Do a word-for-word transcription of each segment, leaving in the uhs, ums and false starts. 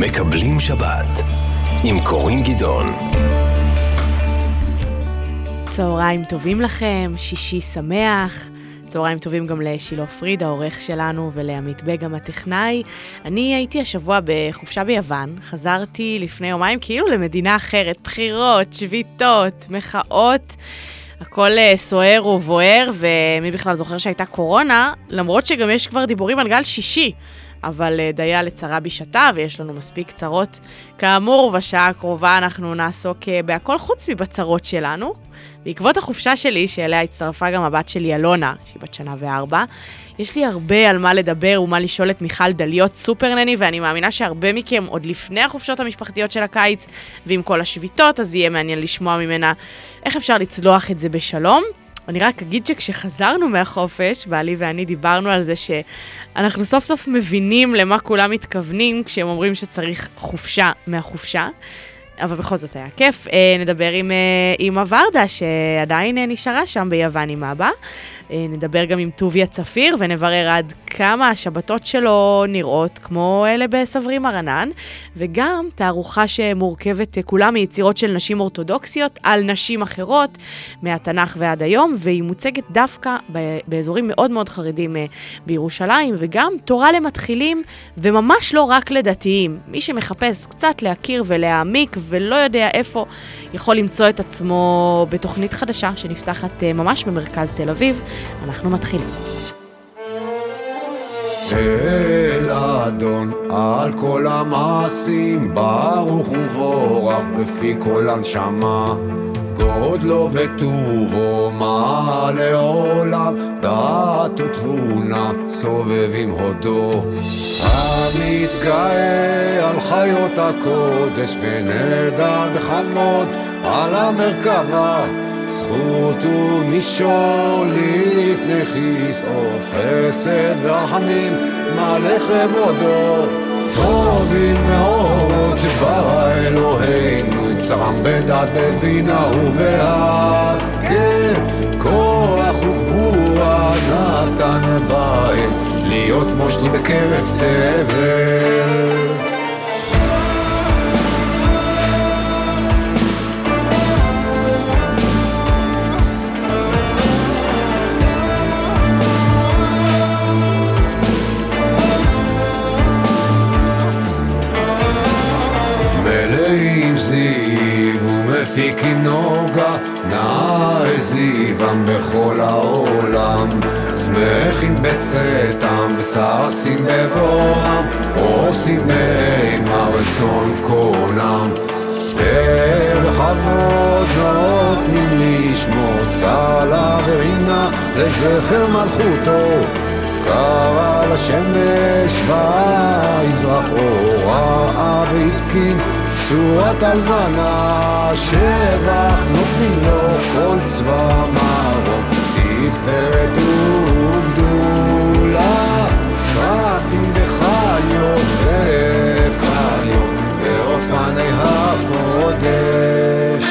מקבלים שבת עם קורין גדעון. צהריים טובים לכם, שישי שמח. צהריים טובים גם לשילה פריד, העורך שלנו, ולעמית בגם הטכנאי. אני הייתי השבוע בחופשה ביוון, חזרתי לפני יומיים כאילו למדינה אחרת, בחירות, שביתות, מחאות, הכל סוער ובוער, ומי בכלל זוכר שהייתה קורונה, למרות שגם יש כבר דיבורים על גל שישי, אבל דיה לצרה בשעתה, ויש לנו מספיק צרות. כאמור, בשעה הקרובה אנחנו נעסוק בהכל חוץ מבצרות שלנו. בעקבות החופשה שלי, שאליה הצטרפה גם הבת שלי אלונה, שהיא בת שנה וארבע, יש לי הרבה על מה לדבר ומה לשאול את מיכל דליות סופרנני, ואני מאמינה שהרבה מכם עוד לפני החופשות המשפחתיות של הקיץ, ועם כל השביתות, אז יהיה מעניין לשמוע ממנה איך אפשר לצלוח את זה בשלום. אני רק אגיד שכשחזרנו מהחופש, בעלי ואני דיברנו על זה שאנחנו סוף סוף מבינים למה כולם מתכוונים כשהם אומרים שצריך חופשה מהחופשה, אבל בכל זאת היה כיף. נדבר עם אמא ורדה שעדיין נשארה שם ביוון עם אבא. נדבר גם עם טוביה צפיר ונברר עד כמה השבתות שלו נראות כמו אלה בסברי מרנן, וגם תערוכה שמורכבת כולה מיצירות של נשים אורתודוקסיות על נשים אחרות מהתנ"ך ועד היום, והיא מוצגת דווקא באזורים מאוד מאוד חרדים בירושלים, וגם תורה למתחילים וממש לא רק לדתיים. מי שמחפש קצת להכיר ולהעמיק ולא יודע איפה, יכול למצוא את עצמו בתוכנית חדשה שנפתחת ממש במרכז תל אביב. אנחנו מתחילים. אל אדון על כל המעשים, ברוך ובורך בפי כל הנשמה, גודלו וטובו מה לעולם, דעת ותבונה סובבים הודו, המתגאה על חיות הקודש ונדע בכבוד על המרכבה, זכות ונישור לפני כיסאות, חסד ורחמים מלא כבודו, טובים מאוד שברא אלוהינו, עם צרם בדעת בבינה ובהשכל, כוח וגבורה נתן בהם, להיות מושלי בקרב תבל. מפיקים נוגה, נער זיוון בכל העולם, שמחים בצאתם וששים בבואם, עושים מאימה רצון קונם, דרך אבות נותנים לשמור צהלה ורינה לזכר מלכותו, קרא לשמש ויזרח אורה והתקין צורת הלבנה, שבח נותנים לו כל צבא מרום, תפארת וגדולה, שרפים בחיות וחיות ואופני הקודש.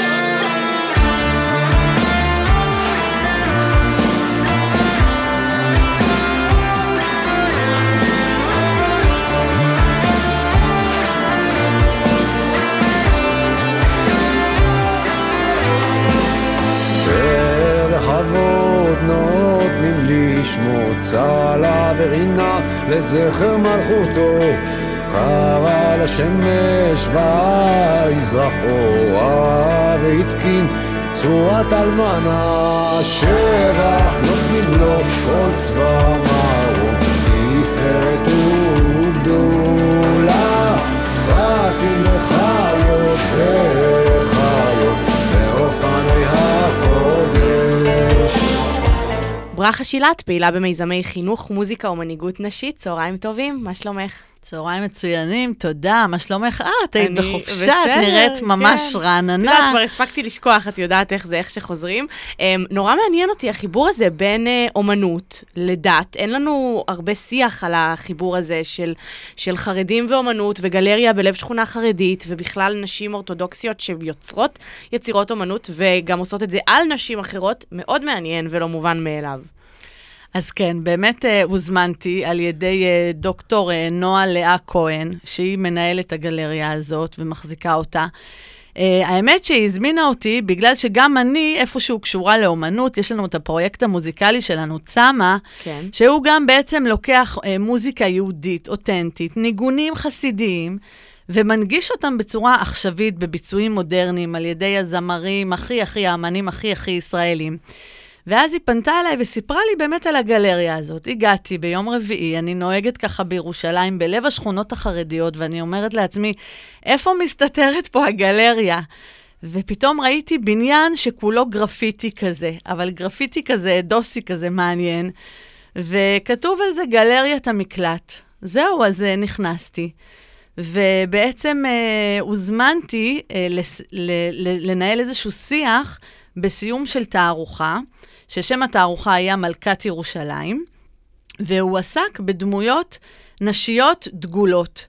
נותנים לשמור צהלה ורינה לזכר מלכותו, קרא לשמש ויזרח אורה והתקין צורת הלבנה, שבח נותנים לו כל צבא מרום, תפארת וגדולה, שרפים וחיות וחיות ואופני הקודש. ברכה שילת, פעילה במיזמי חינוך, מוזיקה ומנהיגות נשית. צהריים טובים, מה שלומך? צהריים מצוינים, תודה, מה שלומך? אה, את היית בחופשה, את נראית ממש רעננה. את יודעת, כבר הספקתי לשכוח, את יודעת איך זה, איך שחוזרים. נורא מעניין אותי החיבור הזה בין אומנות לדת. אין לנו הרבה שיח על החיבור הזה של, של חרדים ואומנות וגלריה בלב שכונה חרדית, ובכלל נשים אורתודוקסיות שיוצרות יצירות אומנות, וגם עושות את זה על נשים אחרות. מאוד מעניין ולא מובן מאליו. אז כן, באמת uh, הוזמנתי על ידי uh, דוקטור uh, נועה לאה כהן, שהיא מנהלת הגלריה הזאת ומחזיקה אותה. Uh, האמת שהיא הזמינה אותי, בגלל שגם אני איפשהו קשורה לאומנות, יש לנו את הפרויקט המוזיקלי שלנו, צמה, כן. שהוא גם בעצם לוקח uh, מוזיקה יהודית, אותנטית, ניגונים חסידיים, ומנגיש אותם בצורה עכשווית, בביצועים מודרניים, על ידי הזמרים הכי הכי, האמנים הכי הכי ישראלים. ואז היא פנתה אליי וסיפרה לי באמת על הגלריה הזאת. הגעתי ביום רביעי, אני נוהגת ככה בירושלים, בלב השכונות החרדיות, ואני אומרת לעצמי, איפה מסתתרת פה הגלריה? ופתאום ראיתי בניין שכולו גרפיטי כזה, אבל גרפיטי כזה, דוסי כזה מעניין, וכתוב על זה גלריית המקלט. זהו, אז נכנסתי. ובעצם אה, הוזמנתי אה, לס, ל, ל, לנהל איזשהו שיח בסיום של תערוכה, ששם התערוכה היה מלכת ירושלים, והוא עסק בדמויות נשיות דגולות.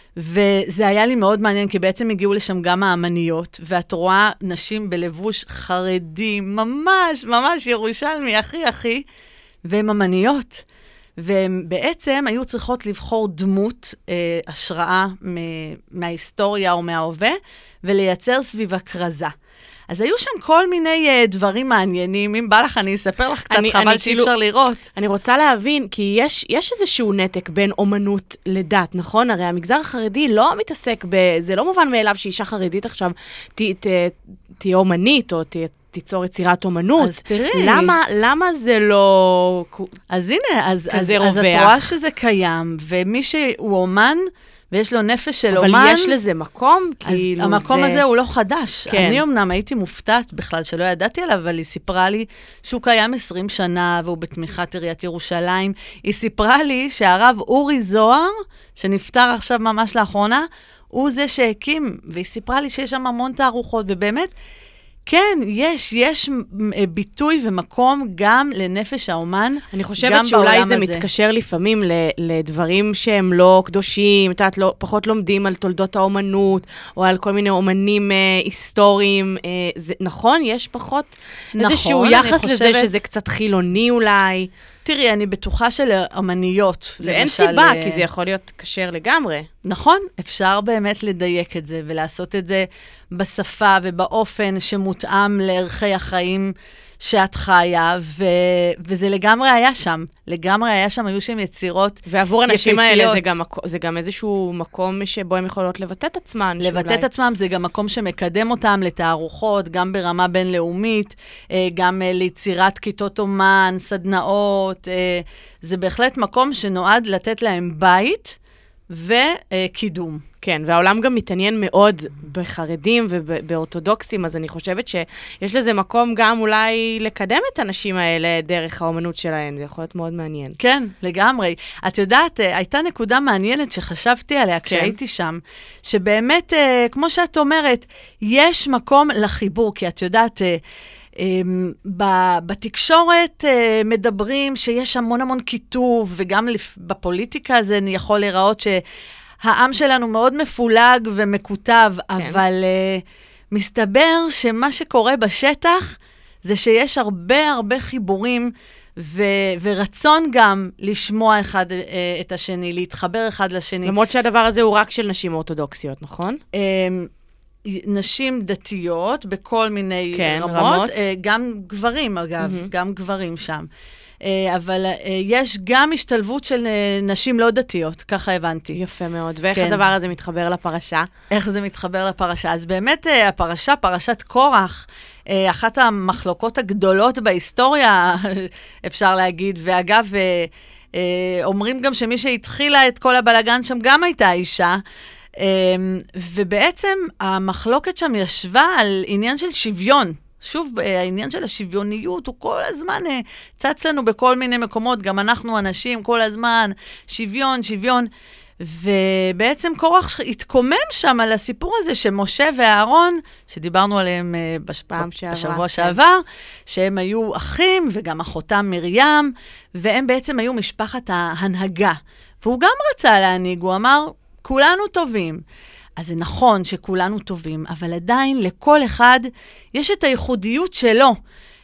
וזה היה לי מאוד מעניין, כי בעצם הגיעו לשם גם האמניות, ואת רואה נשים בלבוש חרדי, ממש, ממש ירושלמי, הכי הכי, והן אמניות. והן בעצם היו צריכות לבחור דמות, אה, השראה מ- מההיסטוריה או מההווה, ולייצר סביבה כרזה. אז היו שם כל מיני uh, דברים מעניינים. אם בא לך, אני אספר לך קצת, אני, חבל אני שאי כאילו, אפשר לראות. אני רוצה להבין, כי יש, יש איזשהו נתק בין אומנות לדת, נכון? הרי המגזר החרדי לא מתעסק ב... זה לא מובן מאליו שאישה חרדית עכשיו ת, ת, תהיה אומנית, או ת, תיצור יצירת אומנות. אז תראי. למה, למה זה לא... אז הנה, אז, אז, אז את רואה שזה קיים, ומי שהוא אומן, ויש לו נפש של אבל אומן. אבל יש לזה מקום? אז כאילו המקום זה... הזה הוא לא חדש. כן. אני אמנם הייתי מופתעת בכלל, שלא ידעתי עליו, אבל היא סיפרה לי שהוא קיים עשרים שנה, והוא בתמיכת עיריית ירושלים. היא סיפרה לי שהרב אורי זוהר, שנפטר עכשיו ממש לאחרונה, הוא זה שהקים, והיא סיפרה לי שיש שם המון תערוכות, ובאמת, כן, יש, יש ביטוי ומקום גם לנפש האומן. אני חושבת שאולי זה הזה. מתקשר לפעמים לדברים שהם לא קדושים, את יודעת, לא, פחות לומדים על תולדות האומנות, או על כל מיני אומנים אה, היסטוריים. אה, זה, נכון, יש פחות נכון, איזשהו יחס חושבת... לזה שזה קצת חילוני אולי. תראי, אני בטוחה שלאמניות. ואין למשל, סיבה, כי זה יכול להיות קשר לגמרי. נכון, אפשר באמת לדייק את זה, ולעשות את זה בשפה ובאופן שמותאם לערכי החיים שאת חיה, ו... וזה לגמרי היה שם. לגמרי היה שם, היו שם יצירות יפהפיות. ועבור האנשים האלה זה גם, זה גם איזשהו מקום שבו הם יכולות לבטא את עצמן. לבטא את עצמם, זה גם מקום שמקדם אותם לתערוכות, גם ברמה בינלאומית, גם ליצירת כיתות אומן, סדנאות. זה בהחלט מקום שנועד לתת להם בית וקידום. כן, והעולם גם מתעניין מאוד בחרדים ובאורתודוקסים, אז אני חושבת שיש לזה מקום גם אולי לקדם את הנשים האלה דרך האומנות שלהן, זה יכול להיות מאוד מעניין. כן, לגמרי. את יודעת, הייתה נקודה מעניינת שחשבתי עליה כן. כשהייתי שם, שבאמת, כמו שאת אומרת, יש מקום לחיבור, כי את יודעת... בתקשורת מדברים שיש המון המון כיתוב, וגם בפוליטיקה זה יכול להיראות שהעם שלנו מאוד מפולג ומקוטב, כן. אבל מסתבר שמה שקורה בשטח זה שיש הרבה הרבה חיבורים ו- ורצון גם לשמוע אחד את השני, להתחבר אחד לשני. למרות שהדבר הזה הוא רק של נשים אורתודוקסיות, נכון? נשים דתיות בכל מיני כן, רמות, רמות. גם גברים אגב, mm-hmm. גם גברים שם. אבל יש גם השתלבות של נשים לא דתיות, ככה הבנתי. יפה מאוד. ואיך כן. הדבר הזה מתחבר לפרשה? איך זה מתחבר לפרשה? אז באמת הפרשה, פרשת קורח, אחת המחלוקות הגדולות בהיסטוריה, אפשר להגיד, ואגב, אומרים גם שמי שהתחילה את כל הבלגן שם גם הייתה אישה, ובעצם המחלוקת שם ישבה על עניין של שוויון. שוב, העניין של השוויוניות הוא כל הזמן צץ לנו בכל מיני מקומות, גם אנחנו אנשים כל הזמן, שוויון, שוויון, ובעצם קורח התקומם שם על הסיפור הזה שמשה ואהרון, שדיברנו עליהם בשפעם בשבוע שעבר, שהם היו אחים וגם אחותם מרים, והם בעצם היו משפחת ההנהגה. והוא גם רצה להנהיג, הוא אמר, כולנו טובים. אז זה נכון שכולנו טובים, אבל עדיין לכל אחד יש את הייחודיות שלו.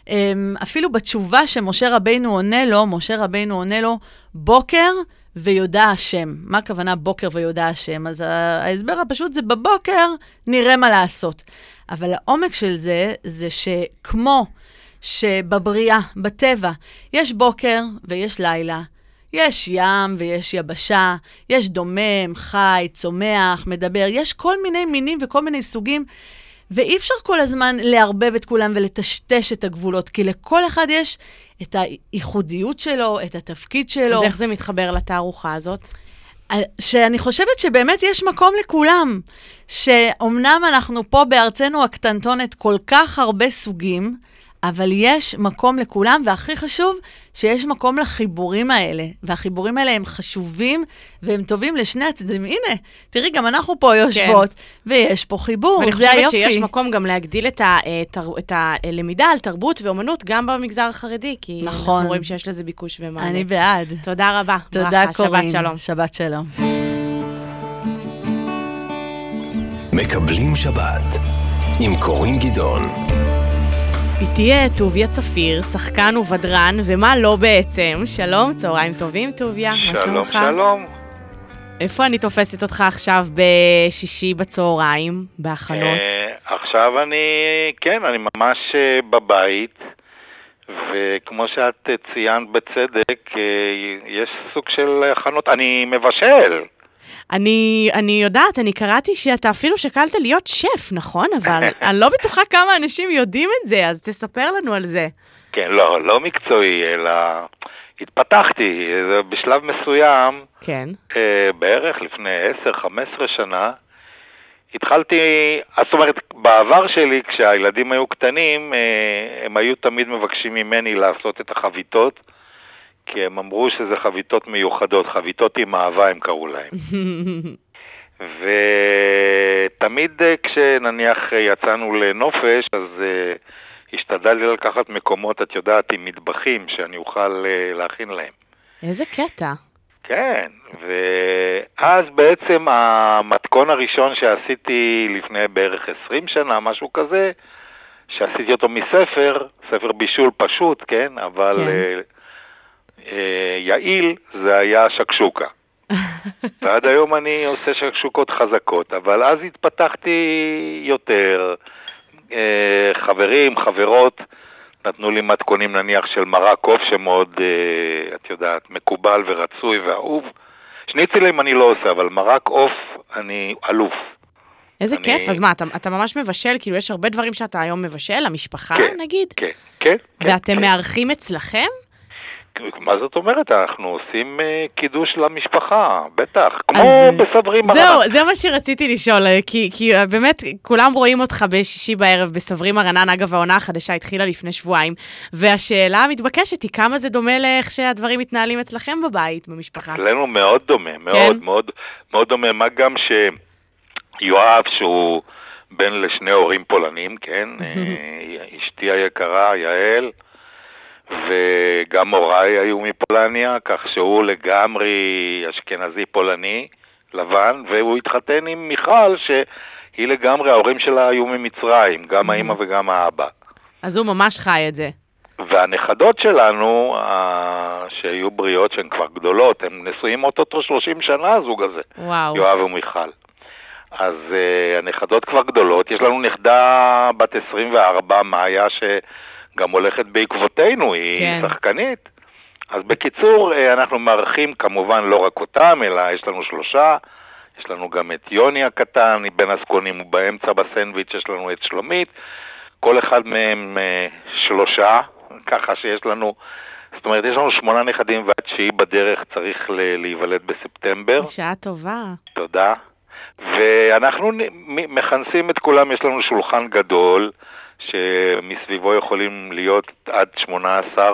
אפילו בתשובה שמשה רבינו עונה לו, משה רבינו עונה לו, בוקר ויודע השם. מה הכוונה בוקר ויודע השם? אז ההסבר הפשוט זה בבוקר נראה מה לעשות. אבל העומק של זה, זה שכמו שבבריאה, בטבע, יש בוקר ויש לילה, יש ים ויש יבשה, יש דומם, חי, צומח, מדבר, יש כל מיני מינים וכל מיני סוגים, ואי אפשר כל הזמן לערבב את כולם ולטשטש את הגבולות, כי לכל אחד יש את הייחודיות שלו, את התפקיד שלו. אז איך זה מתחבר לתערוכה הזאת? שאני חושבת שבאמת יש מקום לכולם, שאומנם אנחנו פה בארצנו הקטנטונת כל כך הרבה סוגים, אבל יש מקום לכולם, והכי חשוב שיש מקום לחיבורים האלה, והחיבורים האלה הם חשובים, והם טובים לשני הצדדים. הנה, תראי, גם אנחנו פה יושבות, כן. ויש פה חיבור, ואני זה היופי. חושבת שיש מקום גם להגדיל את, ה, את הלמידה על תרבות ואומנות, גם במגזר החרדי, כי נכון. אנחנו רואים שיש לזה ביקוש ומענה. אני בעד. תודה רבה. תודה ברכה, קורין. שבת שלום. שבת שלום. מקבלים שבת עם קורין גדעון. איתי טוביה צפיר, שחקן ובדרן, ומה לא בעצם. שלום, צהריים טובים, טוביה. שלום, שלום. איפה אני תופסת אותך עכשיו בשישי בצהריים, בהכנות? עכשיו אני, כן, אני ממש בבית, וכמו שאת ציינת בצדק, יש סוג של הכנות, אני מבשל. אני, אני יודעת, אני קראתי שאתה אפילו שקלת להיות שף, נכון? אבל אני לא בטוחה כמה אנשים יודעים את זה, אז תספר לנו על זה. כן, לא, לא מקצועי, אלא התפתחתי בשלב מסוים, כן. אה, בערך לפני עשר חמש עשרה שנה, התחלתי, זאת אומרת, בעבר שלי, כשהילדים היו קטנים, אה, הם היו תמיד מבקשים ממני לעשות את החביתות, כי הם אמרו שזה חביתות מיוחדות, חביתות עם אהבה הם קראו להם. ותמיד כשנניח יצאנו לנופש, אז uh, השתדלתי לקחת מקומות, את יודעת, עם מטבחים, שאני אוכל uh, להכין להם. איזה קטע. כן, ואז בעצם המתכון הראשון שעשיתי לפני בערך עשרים שנה, משהו כזה, שעשיתי אותו מספר, ספר בישול פשוט, כן, אבל... כן. Uh, יעיל, זה היה שקשוקה. ועד היום אני עושה שקשוקות חזקות, אבל אז התפתחתי יותר. חברים, חברות, נתנו לי מתכונים נניח של מרק עוף שמאוד, את יודעת, מקובל ורצוי ואהוב. שניצלים אני לא עושה, אבל מרק עוף אני אלוף. איזה אני... כיף, אז מה, אתה, אתה ממש מבשל, כאילו יש הרבה דברים שאתה היום מבשל, המשפחה כן, נגיד? כן, כן. ואתם כן. מארחים אצלכם? מה זאת אומרת? אנחנו עושים uh, קידוש למשפחה, בטח, כמו אז... בסברים מרנן. זהו, זה מה שרציתי לשאול, כי, כי באמת כולם רואים אותך בשישי בערב בסברים מרנן, אגב העונה החדשה התחילה לפני שבועיים, והשאלה המתבקשת היא כמה זה דומה לאיך שהדברים מתנהלים אצלכם בבית, במשפחה. אצלנו מאוד דומה, מאוד, כן? מאוד, מאוד דומה, מה גם שיואב שהוא בן לשני הורים פולנים, כן, אשתי היקרה, יעל, וגם הוריי היו מפולניה, כך שהוא לגמרי אשכנזי פולני, לבן, והוא התחתן עם מיכל, שהיא לגמרי, ההורים שלה היו ממצרים, גם האמא וגם האבא. אז הוא ממש חי את זה. והנכדות שלנו, שהיו בריאות, שהן כבר גדולות, הם נשואים אותו שלושים שנה, הזוג הזה. וואו. יואב ומיכל. אז uh, הנכדות כבר גדולות, יש לנו נכדה בת עשרים וארבע, מאיה, ש... גם הולכת בעקבותינו, היא כן. שחקנית. אז בקיצור, אנחנו מארחים כמובן לא רק אותם, אלא יש לנו שלושה, יש לנו גם את יוני הקטן, בין הסקונים ובאמצע בסנדוויץ' יש לנו את שלומית, כל אחד מהם שלושה, ככה שיש לנו, זאת אומרת, יש לנו שמונה נכדים והתשיעי בדרך צריך להיוולד בספטמבר. בשעה טובה. תודה. ואנחנו מכנסים את כולם, יש לנו שולחן גדול, שמסביבו יכולים להיות עד שמונה עשרה,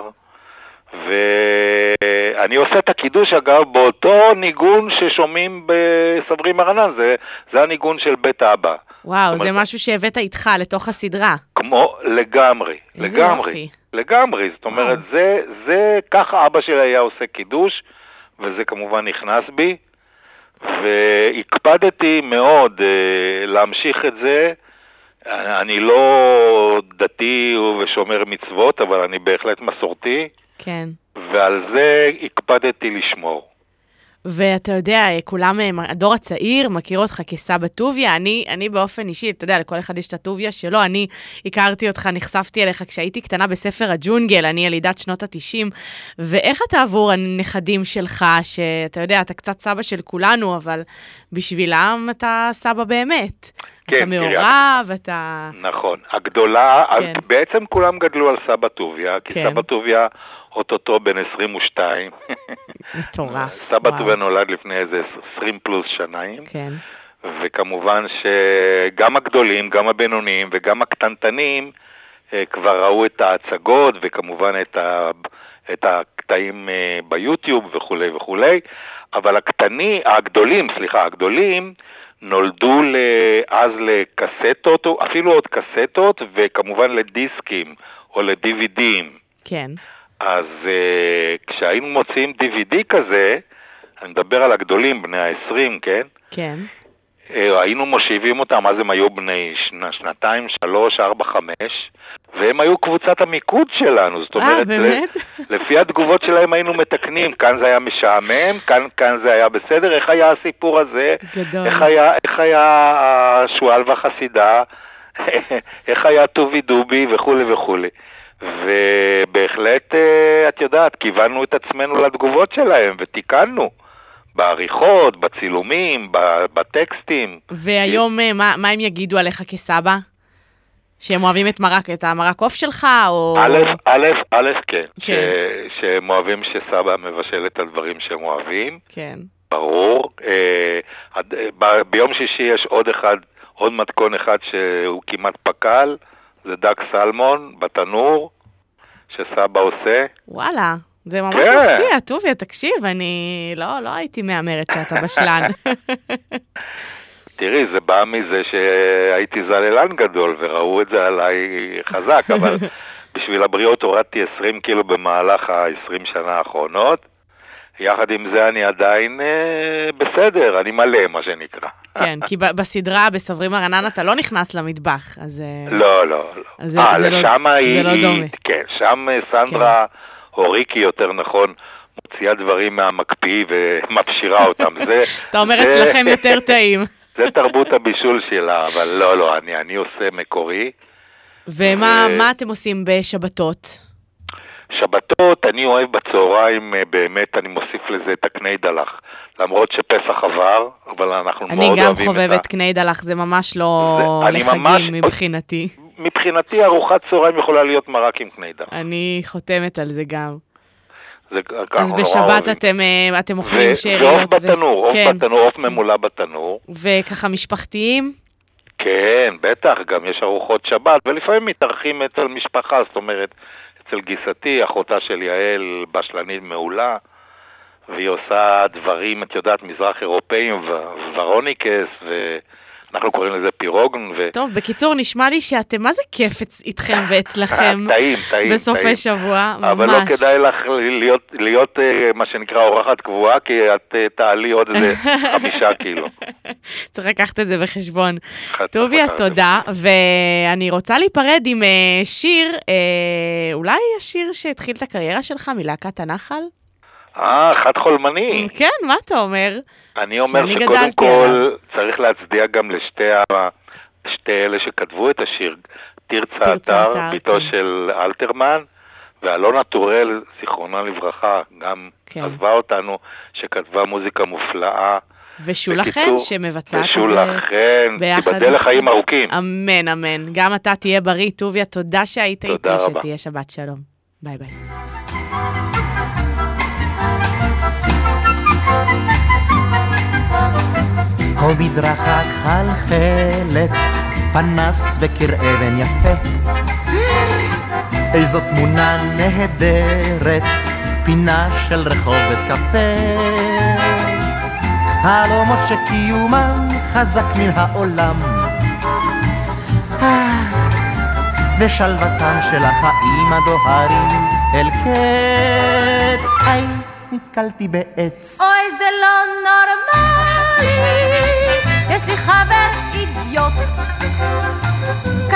ואני עושה את הקידוש אגב באותו ניגון ששומעים בסברים מרנן, זה, זה הניגון של בית אבא. וואו, אומרת, זה משהו שהבאת איתך לתוך הסדרה. כמו לגמרי, לגמרי, יופי. לגמרי, זאת אומרת, זה, זה ככה אבא שלי היה עושה קידוש, וזה כמובן נכנס בי, והקפדתי מאוד uh, להמשיך את זה, אני לא דתי ושומר מצוות, אבל אני בהחלט מסורתי. כן. ועל זה הקפדתי לשמור. ואתה יודע, כולם, הדור הצעיר מכיר אותך כסבא טוביה, אני, אני באופן אישי, אתה יודע, לכל אחד יש את הטוביה שלו, אני הכרתי אותך, נחשפתי אליך כשהייתי קטנה בספר הג'ונגל, אני ילידת שנות התשעים, ואיך אתה עבור הנכדים שלך, שאתה יודע, אתה קצת סבא של כולנו, אבל בשבילם אתה סבא באמת. כן, אתה מעורב, אתה... נכון, הגדולה, כן. בעצם כולם גדלו על סבא טוביה, כי כן. סבא טוביה אוטוטו בן עשרים ושתיים. מטורף. סבא טוביה נולד לפני איזה עשרים פלוס שניים. כן. וכמובן שגם הגדולים, גם הבינוניים וגם הקטנטנים כבר ראו את ההצגות וכמובן את, ה... את הקטעים ביוטיוב וכו' וכו'. אבל הקטני, הגדולים, סליחה, הגדולים, נולדו אז לקסטות, או אפילו עוד קסטות, וכמובן לדיסקים או ל-די וי די'ים. כן. אז uh, כשהיינו מוצאים די וי די כזה, אני מדבר על הגדולים, בני ה-עשרים, כן? כן. Uh, היינו מושיבים אותם, אז הם היו בני שנה, שנתיים, שלוש, ארבע, חמש, והם היו קבוצת המיקוד שלנו, זאת אומרת, אה, באמת? לפי התגובות שלהם היינו מתקנים, כאן זה היה משעמם, כאן, כאן זה היה בסדר, איך היה הסיפור הזה? גדול. איך היה, איך היה השואל והחסידה, איך היה טובי דובי וכו' וכו'. ובהחלט, את יודעת, כיוונו את עצמנו לתגובות שלהם ותיקנו בעריכות, בצילומים, בטקסטים. והיום, מה, מה הם יגידו עליך כסבא? שהם אוהבים את מרק, את המרק עוף שלך, או... א', א', א', כן. כן. ש, שהם אוהבים שסבא מבשל את הדברים שהם אוהבים. כן. ברור. אה, ב, ביום שישי יש עוד אחד, עוד מתכון אחד שהוא כמעט פקל, זה דג סלמון בתנור, שסבא עושה. וואלה, זה ממש כן. מפתיע, טוביה, תקשיב, אני לא, לא הייתי מאמרת שאתה בשלן. תראי, זה בא מזה שהייתי זללן גדול, וראו את זה עליי חזק, אבל בשביל הבריאות הורדתי עשרים קילו במהלך ה-עשרים שנה האחרונות, יחד עם זה אני עדיין אה, בסדר, אני מלא, מה שנקרא. כן, כי ב- בסדרה, בסברים הרנן, אתה לא נכנס למטבח, אז... לא, לא, לא. אז זה, אה, זה, לשם לא, היא, זה לא דומה. כן, שם סנדרה הוריקי יותר נכון, מוציאה דברים מהמקפיא ומפשירה אותם. זה, אתה אומר זה, אצלכם יותר טעים. זה תרבות הבישול שלה, אבל לא, לא, אני, אני עושה מקורי. ומה ו... מה אתם עושים בשבתות? שבתות, אני אוהב בצהריים, באמת, אני מוסיף לזה את הקני דלח. למרות שפסח עבר, אבל אנחנו מאוד אוהבים את ה... אני גם חובבת קני דלח, זה ממש לא זה, לחגים ממש... מבחינתי. מבחינתי, ארוחת צהריים יכולה להיות מרק עם קני דלח. אני חותמת על זה גם. זה, אז בשבת אתם, אתם אוכלים שאריות. ועוף בתנור, עוף כן. בתנור, עוף ממולא בתנור. וככה משפחתיים? כן, בטח, גם יש ארוחות שבת, ולפעמים מתארחים אצל משפחה, זאת אומרת, אצל גיסתי, אחותה של יעל, בשלנית מעולה, והיא עושה דברים, את יודעת, מזרח אירופאים, ורוניקס, ואנחנו קוראים לזה פירוגן. ו... טוב, בקיצור, נשמע לי שאתם, מה זה כיף איתכם ואצלכם טעים, טעים, בסופי טעים. שבוע, ממש. אבל לא כדאי לך להיות, להיות מה שנקרא אורחת קבועה, כי את תעלי עוד איזה חמישה קילו. צריך לקחת את זה בחשבון. טוביה, תודה, ואני רוצה להיפרד עם שיר, אולי השיר שהתחיל את הקריירה שלך מלהקת הנחל? אה, חד חולמני. כן, מה אתה אומר? אני אומר שקודם כל צריך להצדיע גם לשתי ה... שתי אלה שכתבו את השיר, תרצה אתר, ביתו של אלתרמן, ואלונה טורל, זיכרונה לברכה, גם עזבה אותנו, שכתבה מוזיקה מופלאה. ושולחן שמבצעת את זה ושולחן, תיבדל לחיים ארוכים. אמן, אמן. גם אתה תהיה בריא, טוביה, תודה שהיית איתי, שתהיה שבת שלום. ביי ביי. המדרכה חלחלת, פנס וקיר אבן יפה, איזו תמונה נהדרת, פינה של רחובת קפה, חלומות שקיומם חזק מן העולם, ושלוותם של החיים הדוהרים אל קץ. היי, נתקלתי בעץ. אוי, זה לא נורמלי, יש לי חבר אידיוט,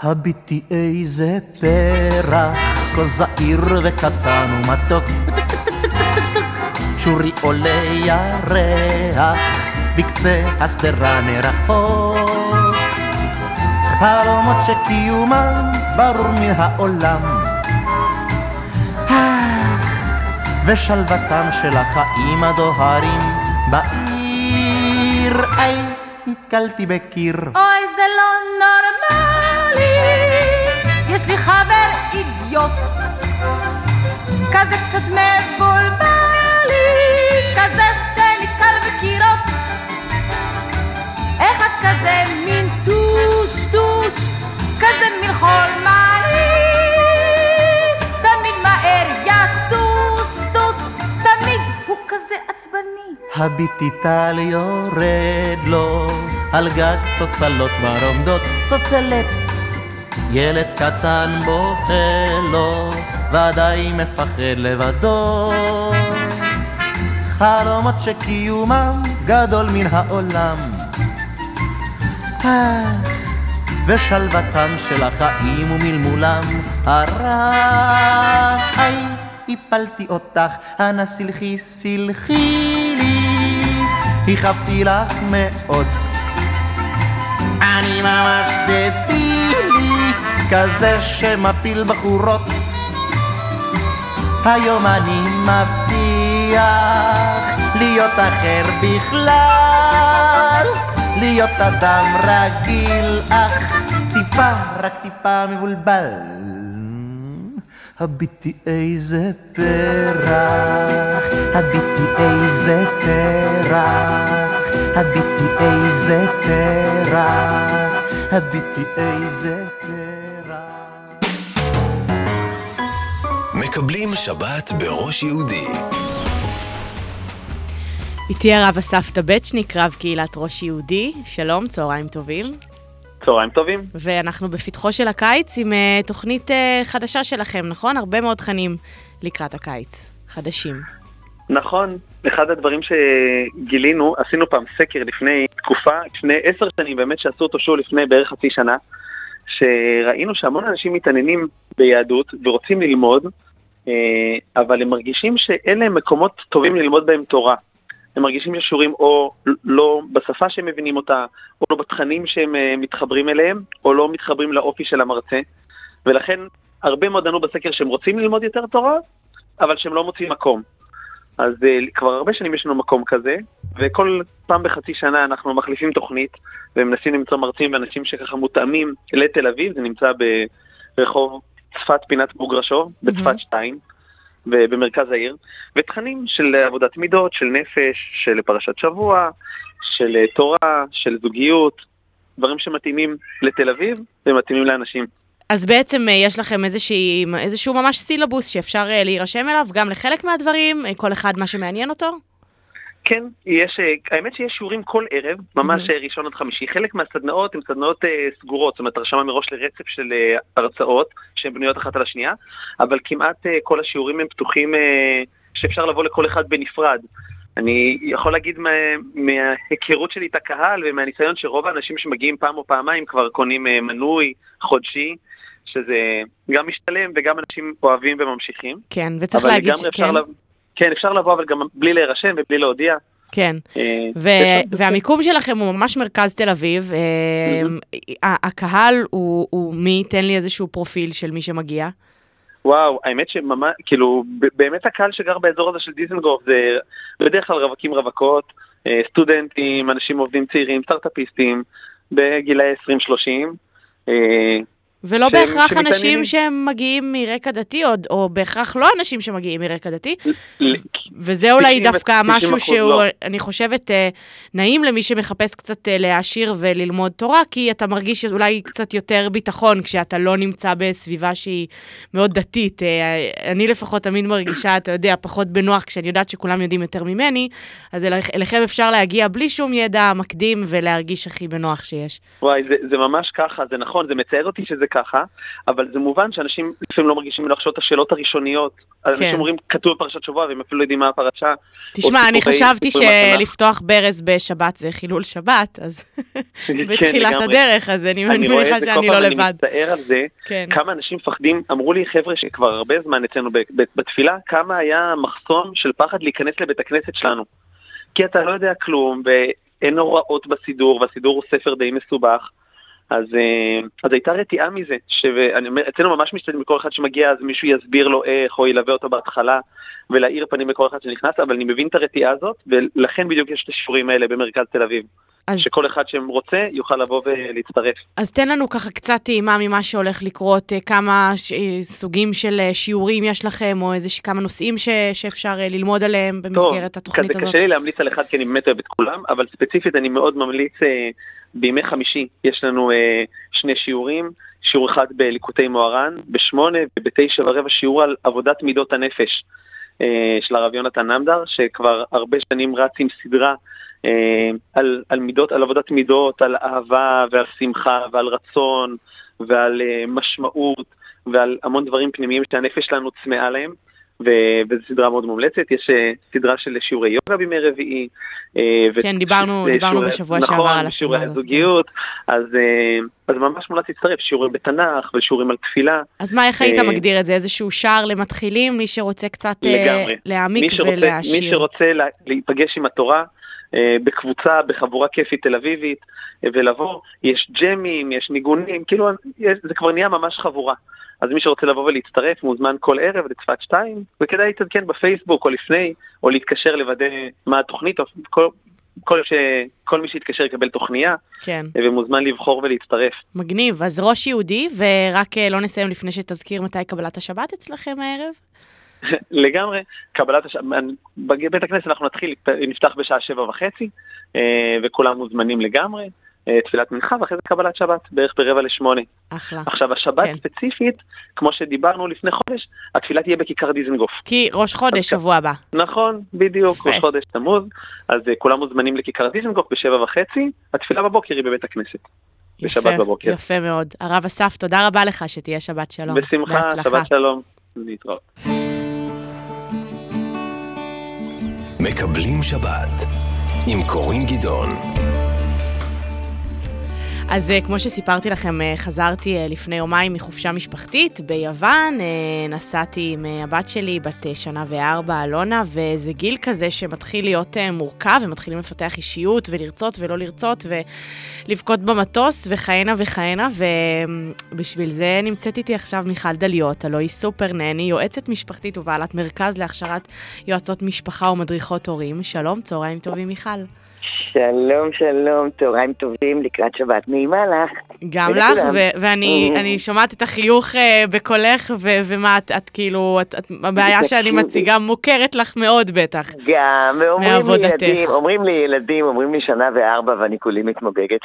הביטי איזה פרח, כה זעיר וקטן ומתוק, שורי עולה ירח, בקצה הסדרה נרחוק, חלומות שקיומם ברור מן העולם, ושלוותם של החיים הדוהרים בעיר. איי, נתקלתי בקיר. אוי, זה לא נורמלי, יש לי חבר אידיוט, כזה קצת מבולבל לי, כזה שנתקל בקירות. איך את כזה מין טוש טוש, כזה מין חול מעליב, תמיד מהר יטוס טוס, תמיד הוא כזה עצבני. הביטי טל יורד לו על גג צוצלות מרומדות, צוצלת ילד קטן בוכה לו, ודאי מפחד לבדו, חלומות שקיומם גדול מן העולם, ושלוותם של החיים ומלמולם הרח. איי, הפלתי אותך, אנא סלחי סלחי לי, הכאבתי לך מאוד, אני ממש דבילי, כזה שמפיל בחורות. היום אני מבטיח להיות אחר בכלל, להיות אדם רגיל, אך טיפה, רק טיפה מבולבל. הביטי איזה פרח, הביטי איזה פרח, הביטי איזה פרח, הביטי איזה פרח. מקבלים שבת בראש יהודי. איתי הרב אסף טבצ'ניק, רב קהילת ראש יהודי. שלום, צהריים טובים. צהריים טובים. ואנחנו בפתחו של הקיץ עם uh, תוכנית uh, חדשה שלכם, נכון? הרבה מאוד תכנים לקראת הקיץ, חדשים. נכון, אחד הדברים שגילינו, עשינו פעם סקר לפני תקופה, לפני עשר שנים, באמת שעשו אותו שוב לפני בערך חצי שנה, שראינו שהמון אנשים מתעניינים ביהדות ורוצים ללמוד, אבל הם מרגישים שאלה מקומות טובים ללמוד בהם תורה. הם מרגישים ששיעורים או לא בשפה שהם מבינים אותה, או לא בתכנים שהם מתחברים אליהם, או לא מתחברים לאופי של המרצה. ולכן הרבה מאוד ענו בסקר שהם רוצים ללמוד יותר תורה, אבל שהם לא מוצאים מקום. אז כבר הרבה שנים יש לנו מקום כזה, וכל פעם בחצי שנה אנחנו מחליפים תוכנית, ומנסים למצוא מרצים ואנשים שככה מותאמים לתל אביב, זה נמצא ברחוב צפת פינת בוגרשוב, בצפת שתיים. במרכז העיר, ותכנים של עבודת מידות, של נפש, של פרשת שבוע, של תורה, של זוגיות, דברים שמתאימים לתל אביב ומתאימים לאנשים. אז בעצם יש לכם איזושהי, איזשהו ממש סילבוס שאפשר להירשם אליו, גם לחלק מהדברים, כל אחד מה שמעניין אותו? כן, יש, האמת שיש שיעורים כל ערב, ממש mm-hmm. ראשון עד חמישי. חלק מהסדנאות הן סדנאות uh, סגורות, זאת אומרת, הרשמה מראש לרצף של uh, הרצאות, שהן בנויות אחת על השנייה, אבל כמעט uh, כל השיעורים הם פתוחים, uh, שאפשר לבוא לכל אחד בנפרד. אני יכול להגיד מה, מההיכרות שלי את הקהל, ומהניסיון שרוב האנשים שמגיעים פעם או פעמיים כבר קונים uh, מנוי חודשי, שזה גם משתלם וגם אנשים אוהבים וממשיכים. כן, וצריך להגיד שכן. לב... כן, אפשר לבוא, אבל גם בלי להירשם ובלי להודיע. כן, והמיקום שלכם הוא ממש מרכז תל אביב. הקהל הוא מי? תן לי איזשהו פרופיל של מי שמגיע. וואו, האמת שממש, כאילו, באמת הקהל שגר באזור הזה של דיזנגוף, זה בדרך כלל רווקים רווקות, סטודנטים, אנשים עובדים צעירים, סטארט-אפיסטים, בגילאי עשרים שלושים. ולא בהכרח אנשים שהם מגיעים מרקע דתי, או, או בהכרח לא אנשים שמגיעים מרקע דתי, וזה אולי דווקא משהו שהוא, אני חושבת, נעים למי שמחפש קצת להעשיר וללמוד תורה, כי אתה מרגיש אולי קצת יותר ביטחון, כשאתה לא נמצא בסביבה שהיא מאוד דתית. אני לפחות תמיד מרגישה, אתה יודע, פחות בנוח, כשאני יודעת שכולם יודעים יותר ממני, אז אליכם אפשר להגיע בלי שום ידע מקדים, ולהרגיש הכי בנוח שיש. וואי, זה, זה ממש ככה, זה נכון, זה מצער אותי שזה ככה, אבל זה מובן שאנשים לפעמים לא מרגישים מלחשות את השאלות הראשוניות. כן. אנשים אומרים, כתוב בפרשת שבוע, והם אפילו יודעים מה הפרשה. תשמע, אני חשבתי שלפתוח ברז בשבת זה חילול שבת, אז בתחילת הדרך, אז אני מניחה שאני לא לבד. אני מצטער על זה, כמה אנשים מפחדים, אמרו לי חבר'ה שכבר הרבה זמן אצלנו בתפילה, כמה היה מחסום של פחד להיכנס לבית הכנסת שלנו. כי אתה לא יודע כלום, ואין הוראות בסידור, והסידור הוא ספר די מסובך, אז, אז הייתה רתיעה מזה, שאצלנו ממש משתדלים בכל אחד שמגיע, אז מישהו יסביר לו איך, או ילווה אותו בהתחלה, ולהאיר פנים לכל אחד שנכנס, אבל אני מבין את הרתיעה הזאת, ולכן בדיוק יש את השיעורים האלה במרכז תל אביב. אז... שכל אחד שרוצה יוכל לבוא ולהצטרף. אז תן לנו ככה קצת טעימה ממה שהולך לקרות, כמה ש... סוגים של שיעורים יש לכם, או איזה כמה נושאים ש... שאפשר ללמוד עליהם במסגרת טוב, התוכנית הזאת. טוב, קשה לי להמליץ על אחד, כי אני באמת אוהב את כולם, אבל ספציפית אני מאוד ממליץ, בימי חמישי יש לנו שני שיעורים, שיעור אחד בליקוטי מוהר"ן, בשמונה ובתשע ורבע שיעור על עבודת מידות הנפש של הרב יונתן נמדר, שכבר הרבה שנים רץ עם סדרה, על, על מידות, על עבודת מידות, על אהבה ועל שמחה ועל רצון ועל משמעות ועל המון דברים פנימיים שהנפש שלנו צמאה להם, וזו סדרה מאוד מומלצת. יש סדרה של שיעורי יוגה בימי רביעי. כן, דיברנו, דיברנו בשבוע שעבר על הסדרה הזאת. נכון, שיעורי הזוגיות, אז, אז ממש מומלץ להצטרף, שיעורים בתנ"ך ושיעורים על תפילה. אז מה, איך היית מגדיר את זה? איזשהו שער למתחילים, מי שרוצה קצת להעמיק ולהשאיר? מי שרוצה להיפגש עם התורה, בקבוצה, בחבורה כיפית תל אביבית, ולבוא, יש ג'מים, יש ניגונים, כאילו זה כבר נהיה ממש חבורה. אז מי שרוצה לבוא ולהצטרף, מוזמן כל ערב לצפת שתיים, וכדאי להתעדכן בפייסבוק או לפני, או להתקשר לוודא מה התוכנית, או כל, כל, ש, כל מי שיתקשר יקבל תוכניה, כן. ומוזמן לבחור ולהצטרף. מגניב, אז ראש יהודי, ורק לא נסיים לפני שתזכיר מתי קבלת השבת אצלכם הערב? לגמרי, קבלת השבת, בבית הכנסת אנחנו נתחיל, נפתח בשעה שבע וחצי, וכולם מוזמנים לגמרי, תפילת מנחה, ואחרי זה קבלת שבת, בערך ברבע לשמונה. אחלה. עכשיו, השבת כן. ספציפית, כמו שדיברנו לפני חודש, התפילה תהיה בכיכר דיזנגוף. כי ראש חודש, שבוע הבא. נכון, בדיוק, ראש חודש תמוז, אז כולם מוזמנים לכיכר דיזנגוף בשבע וחצי, התפילה בבוקר היא בבית הכנסת. יפה, בשבת בבוקר. יפה מאוד. הרב אסף, תודה רבה לך שתהיה שבת שלום. בשמחה, בהצלחה. שבת שלום. להתראות. מקבלים שבת עם קורין גדעון. אז כמו שסיפרתי לכם, חזרתי לפני יומיים מחופשה משפחתית ביוון, נסעתי עם הבת שלי, בת שנה וארבע, אלונה, וזה גיל כזה שמתחיל להיות מורכב, ומתחילים לפתח אישיות, ולרצות ולא לרצות, ולבכות במטוס, וחיינה וחיינה, ובשביל זה נמצאת איתי עכשיו מיכל דליות, הלוא היא סופר נני, יועצת משפחתית ובעלת מרכז להכשרת יועצות משפחה ומדריכות הורים. שלום, צהריים טובים מיכל. שלום, שלום, תוריים טובים, לקראת שבת נעימה לך. גם לך, ואני שומעת את החיוך בקולך, ומה את כאילו, הבעיה שאני מציגה מוכרת לך מאוד בטח. גם, ואומרים לי ילדים, אומרים לי ילדים, אומרים לי שנה וארבע, ואני כולי מתמוגגת.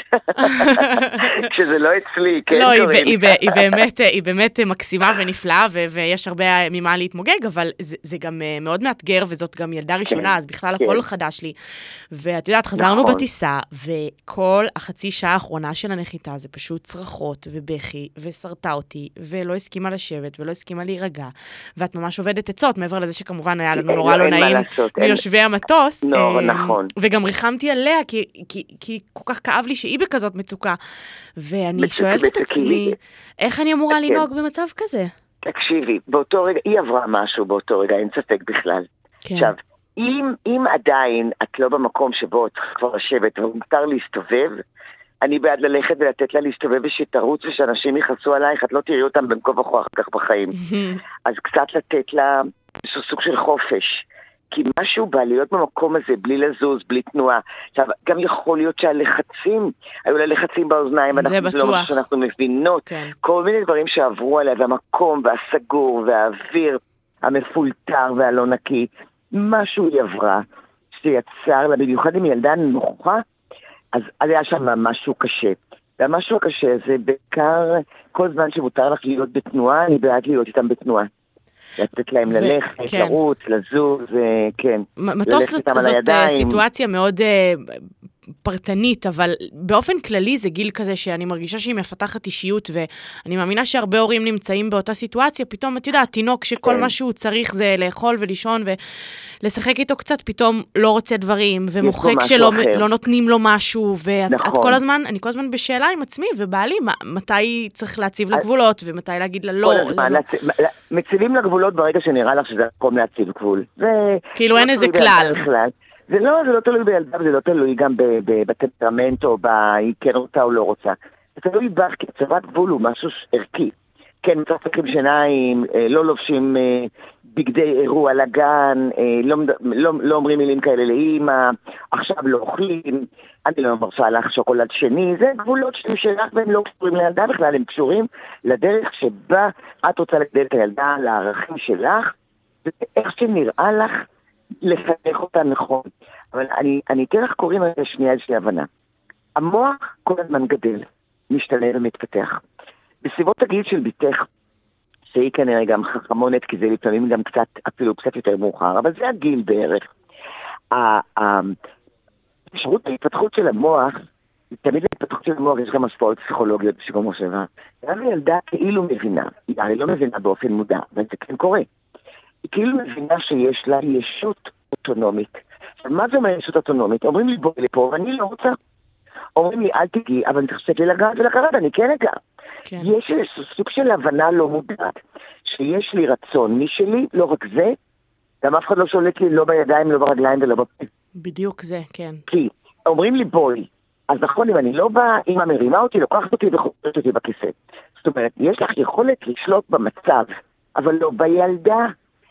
כשזה לא אצלי, כן קוראים. לא, היא באמת מקסימה ונפלאה, ויש הרבה ממה להתמוגג, אבל זה גם מאוד מאתגר, וזאת גם ילדה ראשונה, אז בכלל הכל חדש לי. ואת יודעת, חזרנו נכון. בטיסה, וכל החצי שעה האחרונה של הנחיתה זה פשוט צרחות ובכי, וסרטה אותי, ולא הסכימה לשבת, ולא הסכימה להירגע, ואת ממש עובדת עצות, מעבר לזה שכמובן היה לנו נורא לא נעים מיושבי המטוס, לא, נכון. וגם ריחמתי עליה, כי, כי, כי כל כך כאב לי שהיא בכזאת מצוקה, ואני שואלת את עצמי, איך אני אמורה לנהוג במצב כזה? תקשיבי, באותו רגע, היא עברה משהו באותו רגע, אין ספק בכלל. כן. עכשיו, אם, אם עדיין את לא במקום שבו את כבר לשבת ומותר להסתובב, אני בעד ללכת ולתת לה להסתובב ושתרוץ ושאנשים יחסו עלייך, את לא תראי אותם בין כה וכה אחר כך בחיים. אז קצת לתת לה סוג של חופש. כי משהו בא להיות במקום הזה, בלי לזוז, בלי תנועה. עכשיו, גם יכול להיות שהלחצים, היו לה לחצים באוזניים, זה בטוח. לא משהו שאנחנו מבינות. כן. כל מיני דברים שעברו עליה, והמקום והסגור והאוויר המפולטר והלא נקי. משהו היא עברה, שיצר לה, במיוחד עם ילדה נוחה, אז היה שם משהו קשה. והמשהו הקשה זה בעיקר, כל זמן שמותר לך להיות בתנועה, אני בעד להיות איתם בתנועה. לתת להם ללכת, לרוץ, לזוז, כן. מטוס זאת סיטואציה מאוד פרטנית, אבל באופן כללי זה גיל כזה שאני מרגישה שהיא מפתחת אישיות, ואני מאמינה שהרבה הורים נמצאים באותה סיטואציה, פתאום, את יודעת, תינוק שכל מה שהוא צריך זה לאכול ולישון ולשחק איתו קצת, פתאום לא רוצה דברים, ומוחק שלא לא נותנים לו משהו, ואת נכון. כל הזמן, אני כל הזמן בשאלה עם עצמי, ובעלי, מתי צריך להציב לגבולות, ומתי להגיד לה לא. הזמן, לא... להצ... מציבים לגבולות ברגע שנראה לך שזה מקום להציב גבול. זה... כאילו אין איזה כלל. זה לא, זה לא תלוי בילדה, זה לא תלוי גם בטמפרמנט או היא כן רוצה או לא רוצה. זה תלוי בך, כי הצבת גבול הוא משהו ערכי. כן, מצחקים שיניים, לא לובשים בגדי אירוע לגן, לא, לא, לא אומרים מילים כאלה לאמא, עכשיו לא אוכלים, אני לא מרשה לך שוקולד שני, זה גבולות שלי שלך והם לא קשורים לילדה בכלל, הם קשורים לדרך שבה את רוצה לגדל את הילדה לערכים שלך, ואיך שנראה לך לחנך אותה נכון. אבל אני, אני אתן לך קוראים על השנייה איזושהי הבנה. המוח כל הזמן גדל, משתנה ומתפתח. בסביבות הגיל של ביתך, שהיא כנראה גם חכמונת, כי זה לפעמים גם קצת, אפילו קצת יותר מאוחר, אבל זה הגיל בערך. האפשרות ההתפתחות של המוח, תמיד להתפתחות של המוח יש גם השפעות פסיכולוגיות בשביל מושבה. גם הילדה כאילו מבינה, היא הרי לא מבינה באופן מודע, אבל זה כן קורה. היא כאילו מבינה שיש לה ישות אוטונומית. מה זה אומר ישות אוטונומית? אומרים לי בואי לפה ואני לא רוצה. אומרים לי אל תגיעי, אבל תחשב לי לגעת ולקראת, אני כן אגע. כן. יש סוג של הבנה לא מודעת, שיש לי רצון משלי, לא רק זה, גם אף אחד לא שולט לי לא בידיים, לא ברגליים ולא בפה. בדיוק זה, כן. כי אומרים לי בואי, אז נכון אם אני לא באה, אמא מרימה אותי, לוקחת אותי וחופשת אותי בכיסא. זאת אומרת, יש לך יכולת לשלוט במצב, אבל לא בילדה,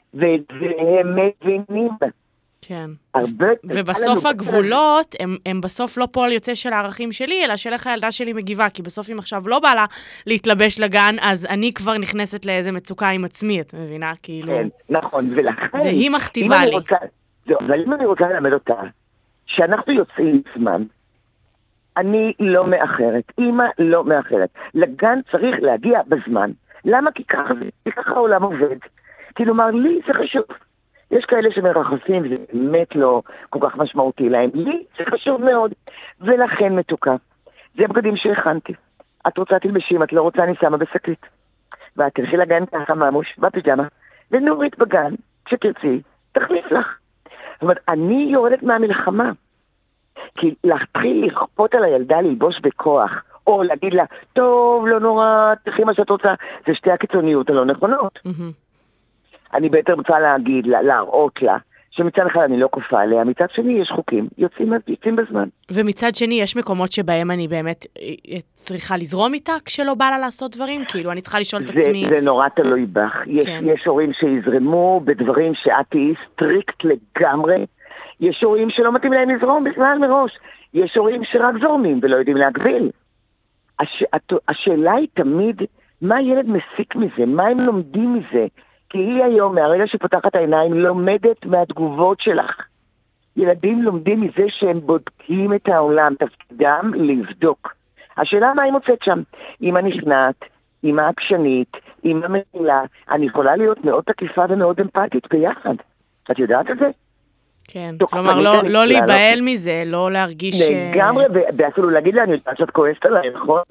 והם מבינים. כן. הרבה... ובסוף הגבולות, הם, הם בסוף לא פועל יוצא של הערכים שלי, אלא של איך הילדה שלי מגיבה, כי בסוף אם עכשיו לא בא לה להתלבש לגן, אז אני כבר נכנסת לאיזה מצוקה עם עצמי, את מבינה? כאילו... כן, נכון, ולכן... זה היא מכתיבה לי. רוצה, זה, אבל אם אני רוצה ללמד אותה, שאנחנו יוצאים זמן, אני לא מאחרת, אמא לא מאחרת. לגן צריך להגיע בזמן. למה? כי ככה, כי ככה העולם עובד. כלומר, לי זה חשוב. יש כאלה שמרחפים, וזה באמת לא כל כך משמעותי להם. לי זה חשוב מאוד, ולכן מתוקה. זה הבגדים שהכנתי. את רוצה תלבשים, את לא רוצה אני שמה בשקית. ואת תלכי לגן ככה ממוש, בפיג'מה, ונורית בגן, כשתרצי, תחליף לך. זאת אומרת, אני יורדת מהמלחמה. כי להתחיל לכפות על הילדה ללבוש בכוח, או להגיד לה, טוב, לא נורא, תלכי מה שאת רוצה, זה שתי הקיצוניות הלא נכונות. אני בעצם רוצה להגיד לה, להראות לה, שמצד אחד אני לא כופה עליה, מצד שני יש חוקים, יוצאים, יוצאים בזמן. ומצד שני יש מקומות שבהם אני באמת צריכה לזרום איתה כשלא בא לה לעשות דברים, כאילו אני צריכה לשאול את עצמי. זה נורא תלוי בך. יש, כן. יש הורים שיזרמו בדברים שאת תהיי סטריקט לגמרי, יש הורים שלא מתאים להם לזרום בכלל מראש, יש הורים שרק זורמים ולא יודעים להגביל. הש, השאלה היא תמיד, מה הילד מסיק מזה? מה הם לומדים מזה? כי היא היום, מהרגע שפותחת העיניים, לומדת מהתגובות שלך. ילדים לומדים מזה שהם בודקים את העולם, תפקידם לבדוק. השאלה מה היא מוצאת שם? אמא נכנעת, אמא עקשנית, אמא מנילה, אני יכולה להיות מאוד תקיפה ומאוד אמפתית ביחד. את יודעת את זה? כן, כלומר לא, לא להיבהל מזה, לא להרגיש... לגמרי, ואפילו להגיד לה, אני יודעת שאת כועסת עליי, נכון?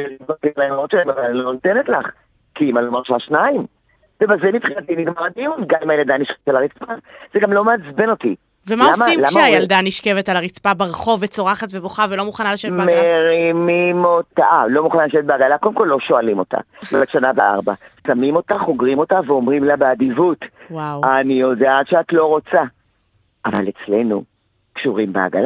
אני לא נותנת לך, כי אמא לא מרשה שניים. ובזה מבחינתי נגמר הדיון, גם אם הילדה נשכבת על הרצפה, זה גם לא מעצבן אותי. ומה עושים כשהילדה נשכבת על הרצפה ברחוב וצורחת ובוכה ולא מוכנה לשבת בעגלה? מרימים אותה, לא מוכנה לשבת בעגלה, קודם כל לא שואלים אותה, בבת שנה בארבע. שמים אותה, חוגרים אותה ואומרים לה באדיבות, אני יודעת שאת לא רוצה. אבל אצלנו קשורים בעגלה.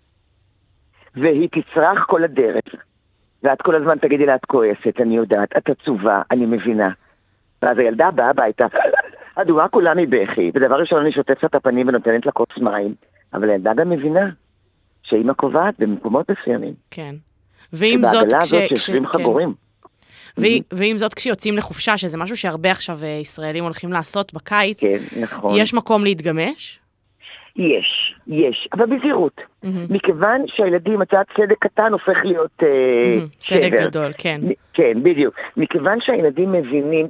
והיא תצרח כל הדרך, ואת כל הזמן תגידי לה, את כועסת, אני יודעת, את עצובה, אני מבינה. ואז הילדה באה הביתה, הדומה כולה מבכי, ודבר ראשון אני שוטפת את הפנים ונותנת לה כוס מים, אבל הילדה גם מבינה שאמא קובעת במקומות מסוימים. כן. ועם זאת, כש... שיושבים חגורים. ועם זאת כשיוצאים לחופשה, שזה משהו שהרבה עכשיו ישראלים הולכים לעשות בקיץ, כן, נכון. יש מקום להתגמש? יש, יש, אבל בזהירות. מכיוון שהילדים, הצעת צדק קטן הופך להיות צדק גדול, כן. כן, בדיוק. מכיוון שהילדים מבינים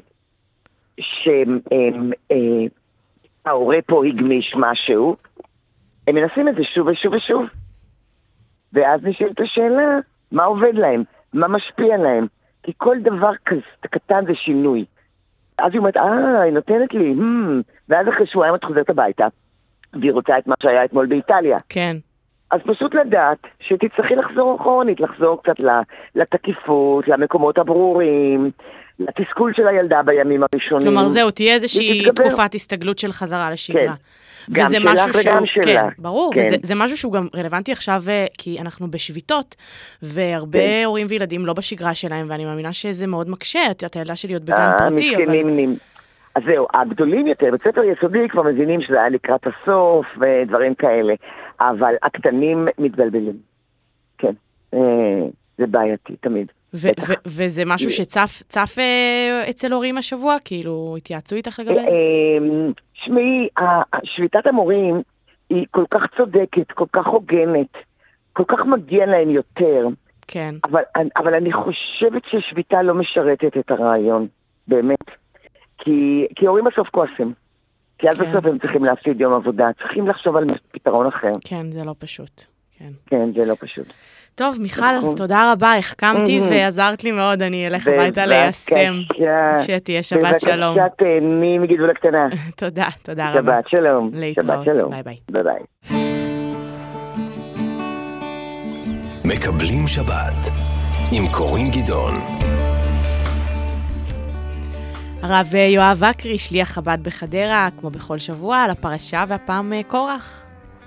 שההורה פה הגמיש משהו, הם מנסים את זה שוב ושוב ושוב. ואז נשאלת השאלה, מה עובד להם? מה משפיע להם? כי כל דבר כזה קטן זה שינוי. אז היא אומרת, אה, היא נותנת לי, hmm. ואז אחרי שבועיים את חוזרת הביתה, והיא רוצה את מה שהיה אתמול באיטליה. כן. אז פשוט לדעת שתצטרכי לחזור אחרונית, לחזור קצת לתקיפות, למקומות הברורים, לתסכול של הילדה בימים הראשונים. כלומר, זהו, תהיה איזושהי תקופת הסתגלות של חזרה לשגרה. כן. גם שלך וגם שלה. כן, ברור, כן. וזה זה משהו שהוא גם רלוונטי עכשיו, כי אנחנו בשביתות, והרבה כן. הורים וילדים לא בשגרה שלהם, ואני מאמינה שזה מאוד מקשה, את הילדה שלי עוד בגן פרטי, אבל... נמנים. אז זהו, הגדולים יותר, בית ספר יסודי כבר מבינים שזה היה לקראת הסוף ודברים כאלה, אבל הקטנים מתבלבלים. כן, זה בעייתי, תמיד. ו- ו- וזה משהו שצף צף, אה, אצל הורים השבוע? כאילו, התייעצו איתך לגבי? אה, שמי, שביתת המורים היא כל כך צודקת, כל כך הוגנת, כל כך מגיע להם יותר. כן. אבל, אבל אני חושבת ששביתה לא משרתת את הרעיון, באמת. כי, כי הורים בסוף כועסים. כי אז כן. בסוף הם צריכים להפסיד יום עבודה, צריכים לחשוב על פתרון אחר. כן, זה לא פשוט. כן, כן זה לא פשוט. טוב, מיכל, תודה רבה, החכמתי ועזרת לי מאוד, אני אלך הביתה ליישם. שתהיה שבת שלום. בבקשה, תהני מגידול הקטנה. תודה, תודה רבה. שבת שלום. להתראות, ביי ביי. ביי ביי. מקבלים שבת עם קורין גדעון. הרב יואב אקרי, שליח חב"ד בחדרה, כמו בכל שבוע, על הפרשה, והפעם קורח.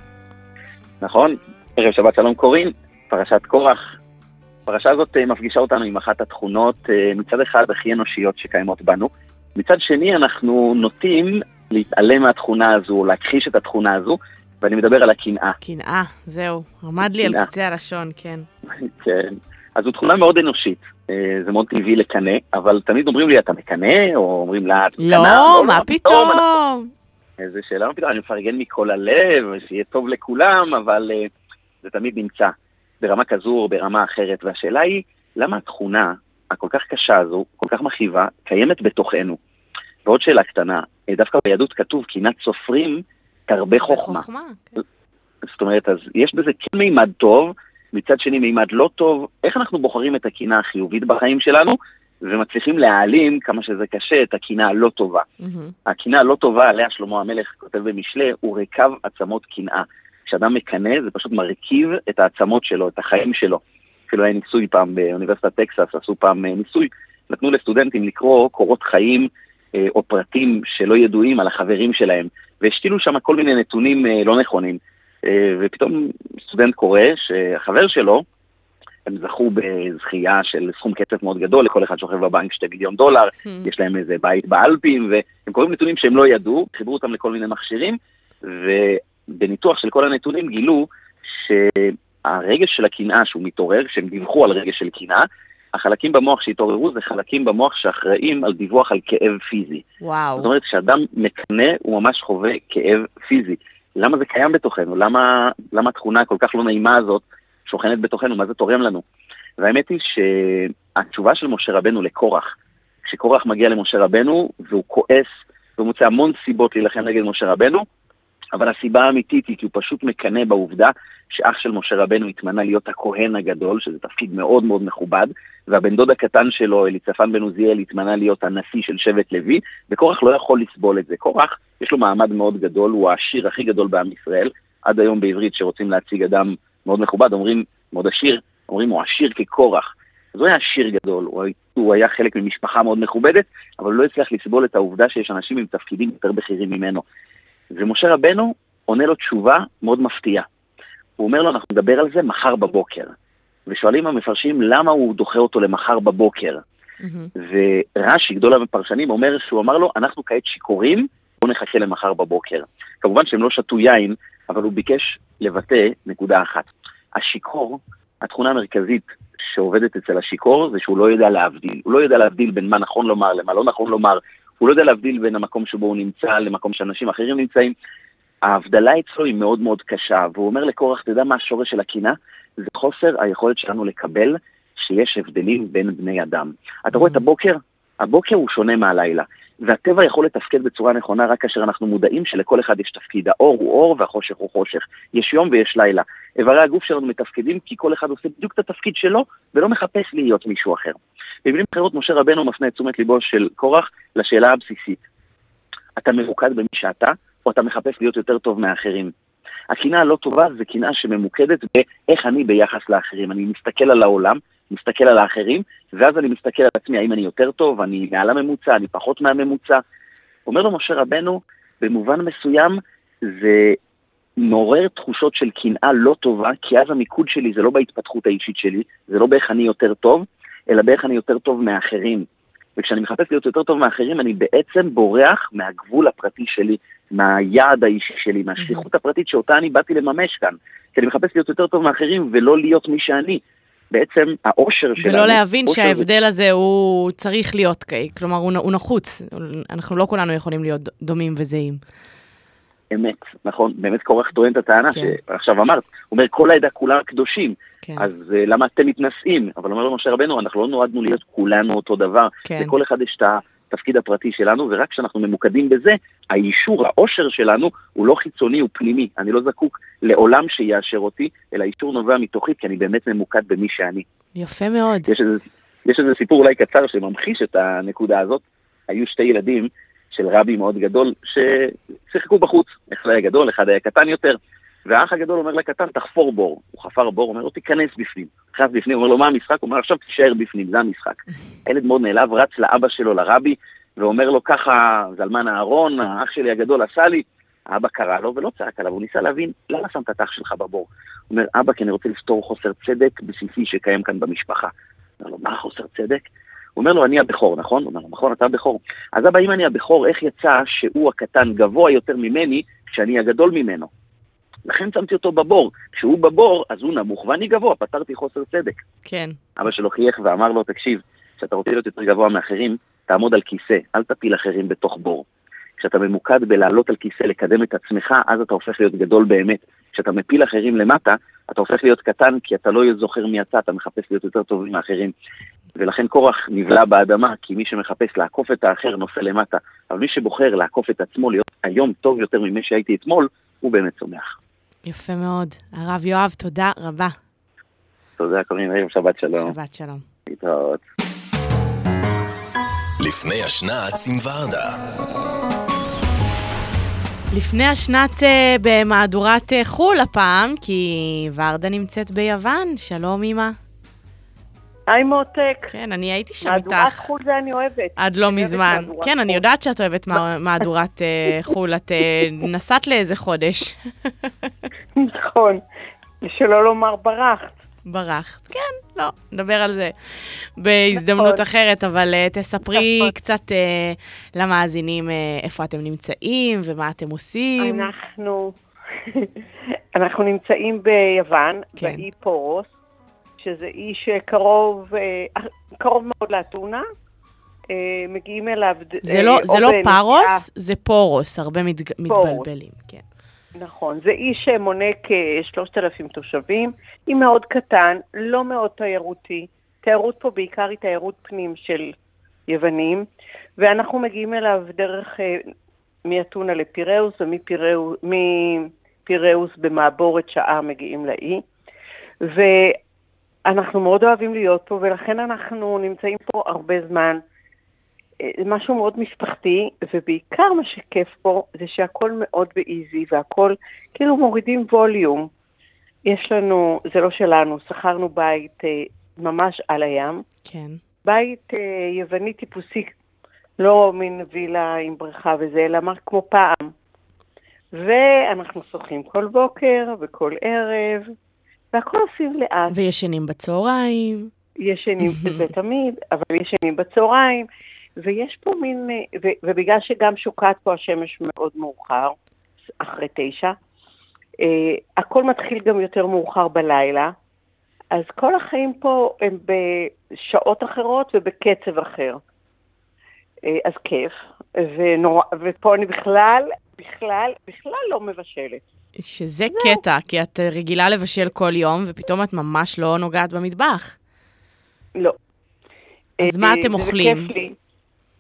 נכון, ערב שבת שלום קורין, פרשת קורח. הפרשה הזאת מפגישה אותנו עם אחת התכונות, מצד אחד הכי אנושיות שקיימות בנו, מצד שני אנחנו נוטים להתעלם מהתכונה הזו, להכחיש את התכונה הזו, ואני מדבר על הקנאה. קנאה, זהו, עמד לי על קצה הלשון, כן. כן, אז זו תכונה מאוד אנושית, זה מאוד טבעי לקנא, אבל תמיד אומרים לי, אתה מקנא, או אומרים לה, לא, מה פתאום? איזה שאלה, מה פתאום, אני מפרגן מכל הלב, שיהיה טוב לכולם, אבל זה תמיד נמצא ברמה כזו או ברמה אחרת, והשאלה היא, למה התכונה הכל כך קשה הזו, כל כך מכאיבה, קיימת בתוכנו? ועוד שאלה קטנה, דווקא ביהדות כתוב, קנאת סופרים תרבה חוכמה. זאת אומרת, אז יש בזה כן מימד טוב, מצד שני מימד לא טוב. איך אנחנו בוחרים את הקנאה החיובית בחיים שלנו, ומצליחים להעלים כמה שזה קשה את הקנאה הלא טובה. הקנאה הלא טובה, עליה שלמה המלך כותב במשלי, הוא רכב עצמות קנאה. כשאדם מקנא, זה פשוט מרכיב את העצמות שלו, את החיים שלו. אפילו היה ניסוי פעם באוניברסיטת טקסס, עשו פעם ניסוי, נתנו לסטודנטים לקרוא קורות חיים או פרטים שלא ידועים על החברים שלהם, והשתילו שם כל מיני נתונים לא נכונים. ופתאום סטודנט קורא שהחבר שלו, הם זכו בזכייה של סכום כסף מאוד גדול, לכל אחד שוכב בבנק שתי מיליון דולר, יש להם איזה בית באלפים, והם קוראים נתונים שהם לא ידעו, חיברו אותם לכל מיני מכשירים, ובניתוח של כל הנתונים גילו שהרגש של הקנאה שהוא מתעורר, שהם דיווחו על רגש של קנאה, החלקים במוח שהתעוררו זה חלקים במוח שאחראים על דיווח על כאב פיזי. וואו. זאת אומרת, כשאדם מקנא הוא ממש חווה כאב פיזי. למה זה קיים בתוכנו? למה, למה התכונה כל כך לא נעימה הזאת שוכנת בתוכנו? מה זה תורם לנו? והאמת היא שהתשובה של משה רבנו לקורח, כשקורח מגיע למשה רבנו והוא כועס, והוא מוצא המון סיבות להילחם נגד משה רבנו, אבל הסיבה האמיתית היא כי הוא פשוט מקנא בעובדה שאח של משה רבנו התמנה להיות הכהן הגדול, שזה תפקיד מאוד מאוד מכובד, והבן דוד הקטן שלו, אליצפן בן עוזיאל, התמנה להיות הנשיא של שבט לוי, וקורח לא יכול לסבול את זה. קורח, יש לו מעמד מאוד גדול, הוא העשיר הכי גדול בעם ישראל, עד היום בעברית שרוצים להציג אדם מאוד מכובד, אומרים, מאוד עשיר, אומרים הוא עשיר כקורח. אז הוא היה עשיר גדול, הוא, הוא היה חלק ממשפחה מאוד מכובדת, אבל הוא לא הצליח לסבול את העובדה שיש אנשים עם תפקידים יותר בכירים ממנו. ומשה רבנו עונה לו תשובה מאוד מפתיעה. הוא אומר לו, אנחנו נדבר על זה מחר בבוקר. ושואלים המפרשים למה הוא דוחה אותו למחר בבוקר. Mm-hmm. ורש"י, גדול הפרשנים, אומר שהוא אמר לו, אנחנו כעת שיכורים, בוא נחכה למחר בבוקר. כמובן שהם לא שתו יין, אבל הוא ביקש לבטא נקודה אחת. השיקור, התכונה המרכזית שעובדת אצל השיקור, זה שהוא לא יודע להבדיל. הוא לא יודע להבדיל בין מה נכון לומר, למה לא נכון לומר. הוא לא יודע להבדיל בין המקום שבו הוא נמצא למקום שאנשים אחרים נמצאים. ההבדלה אצלו היא מאוד מאוד קשה, והוא אומר לקורח, אתה יודע מה השורש של הקנאה? זה חוסר היכולת שלנו לקבל שיש הבדלים בין בני אדם. אתה רואה את הבוקר? הבוקר הוא שונה מהלילה. והטבע יכול לתפקד בצורה נכונה רק כאשר אנחנו מודעים שלכל אחד יש תפקיד. האור הוא אור והחושך הוא חושך. יש יום ויש לילה. איברי הגוף שלנו מתפקדים כי כל אחד עושה בדיוק את התפקיד שלו, ולא מחפש להיות מישהו אחר. במילים אחרות, משה רבנו מפנה את תשומת ליבו של קורח לשאלה הבסיסית. אתה ממוקד במי שאתה, או אתה מחפש להיות יותר טוב מהאחרים? הקנאה הלא טובה זה קנאה שממוקדת באיך אני ביחס לאחרים. אני מסתכל על העולם, מסתכל על האחרים, ואז אני מסתכל על עצמי, האם אני יותר טוב, אני מעל הממוצע, אני פחות מהממוצע. אומר לו משה רבנו, במובן מסוים זה מעורר תחושות של קנאה לא טובה, כי אז המיקוד שלי זה לא בהתפתחות האישית שלי, זה לא באיך אני יותר טוב, אלא באיך אני יותר טוב מהאחרים. וכשאני מחפש להיות יותר טוב מהאחרים, אני בעצם בורח מהגבול הפרטי שלי, מהיעד האישי שלי, מהשליחות הפרטית שאותה אני באתי לממש כאן. כי אני מחפש להיות יותר טוב מהאחרים ולא להיות מי שאני. בעצם האושר שלנו... ולא להבין שההבדל הזה הוא צריך להיות, כלומר הוא נחוץ. אנחנו לא כולנו יכולים להיות דומים וזהים. אמת, נכון, באמת קורח טוען את הטענה שעכשיו אמרת, הוא אומר כל העדה כולם קדושים, אז למה אתם מתנשאים? אבל אומר לו משה רבנו, אנחנו לא נועדנו להיות כולנו אותו דבר, לכל אחד יש את התפקיד הפרטי שלנו, ורק כשאנחנו ממוקדים בזה, האישור, האושר שלנו הוא לא חיצוני, הוא פנימי, אני לא זקוק לעולם שיאשר אותי, אלא אישור נובע מתוכי, כי אני באמת ממוקד במי שאני. יפה מאוד. יש איזה, יש איזה סיפור אולי קצר שממחיש את הנקודה הזאת, היו שתי ילדים, של רבי מאוד גדול, ששיחקו בחוץ. אחד היה גדול, אחד היה קטן יותר, והאח הגדול אומר לקטן, תחפור בור. הוא חפר בור, אומר לו, תיכנס בפנים. נכנס בפנים, אומר לו, מה המשחק? הוא אומר, עכשיו תישאר בפנים, זה המשחק. הילד מאוד נעלב, רץ לאבא שלו, לרבי, ואומר לו, ככה, זלמן הארון, האח שלי הגדול עשה לי. האבא קרא לו ולא צעק עליו, הוא ניסה להבין, למה שמת את האח שלך בבור? הוא אומר, אבא, כי אני רוצה לפתור חוסר צדק בסיסי שקיים כאן במשפחה. הוא אומר לו, מה חוסר צדק? הוא אומר לו, אני הבכור, נכון? הוא אומר לו, נכון, אתה הבכור. אז אבא, אם אני הבכור, איך יצא שהוא הקטן גבוה יותר ממני, כשאני הגדול ממנו? לכן שמתי אותו בבור. כשהוא בבור, אז הוא נמוך, ואני גבוה, פתרתי חוסר צדק. כן. אבא שלו חייך ואמר לו, תקשיב, כשאתה רוצה להיות יותר גבוה מאחרים, תעמוד על כיסא, אל תפיל אחרים בתוך בור. כשאתה ממוקד בלעלות על כיסא, לקדם את עצמך, אז אתה הופך להיות גדול באמת. כשאתה מפיל אחרים למטה, אתה הופך להיות קטן, כי אתה לא זוכר מי יצא, אתה מחפש להיות יותר טוב מאחרים. ולכן קורח נבלע באדמה, כי מי שמחפש לעקוף את האחר נופל למטה. אבל מי שבוחר לעקוף את עצמו, להיות היום טוב יותר ממי שהייתי אתמול, הוא באמת צומח. יפה מאוד. הרב יואב, תודה רבה. תודה, קוראים היום, שבת שלום. שבת שלום. להתראות. לפני השנץ עם ורדה. לפני השנץ במהדורת חול הפעם, כי ורדה נמצאת ביוון. שלום אמא. היי מותק. כן, אני הייתי שם איתך. מהדורת חול זה אני אוהבת. עד לא מזמן. כן, אני יודעת שאת אוהבת מהדורת חול. את נסעת לאיזה חודש. נכון. שלא לומר ברחת. ברחת, כן, לא, נדבר על זה בהזדמנות אחרת, אבל תספרי קצת למאזינים איפה אתם נמצאים ומה אתם עושים. אנחנו, אנחנו נמצאים ביוון, באי פורוס, שזה אי שקרוב, קרוב מאוד לאתונה, מגיעים אליו... זה לא, זה לא פרוס, זה פורוס, הרבה מתבלבלים, כן. נכון, זה אי שמונה כ-שלושת אלפים תושבים, היא מאוד קטן, לא מאוד תיירותי, תיירות פה בעיקר היא תיירות פנים של יוונים, ואנחנו מגיעים אליו דרך מאתונה לפיראוס, ומפיראוס במעבורת שעה מגיעים לאי, ואנחנו מאוד אוהבים להיות פה, ולכן אנחנו נמצאים פה הרבה זמן, משהו מאוד משפחתי, ובעיקר מה שכיף פה זה שהכל מאוד באיזי, והכל כאילו מורידים ווליום. יש לנו, זה לא שלנו, שכרנו בית ממש על הים. כן. בית יווני טיפוסי, לא מין וילה עם בריכה וזה, אלא מה כמו פעם. ואנחנו שוחים כל בוקר וכל ערב, והכל עושים לאט. וישנים בצהריים. ישנים, זה תמיד, אבל ישנים בצהריים. ויש פה מין, ו, ובגלל שגם שוקעת פה השמש מאוד מאוחר, אחרי תשע, אה, הכל מתחיל גם יותר מאוחר בלילה, אז כל החיים פה הם בשעות אחרות ובקצב אחר. אה, אז כיף, ונורא, ופה אני בכלל, בכלל, בכלל לא מבשלת. שזה זהו. קטע, כי את רגילה לבשל כל יום, ופתאום את ממש לא נוגעת במטבח. לא. אז מה אתם אוכלים? כיף לי.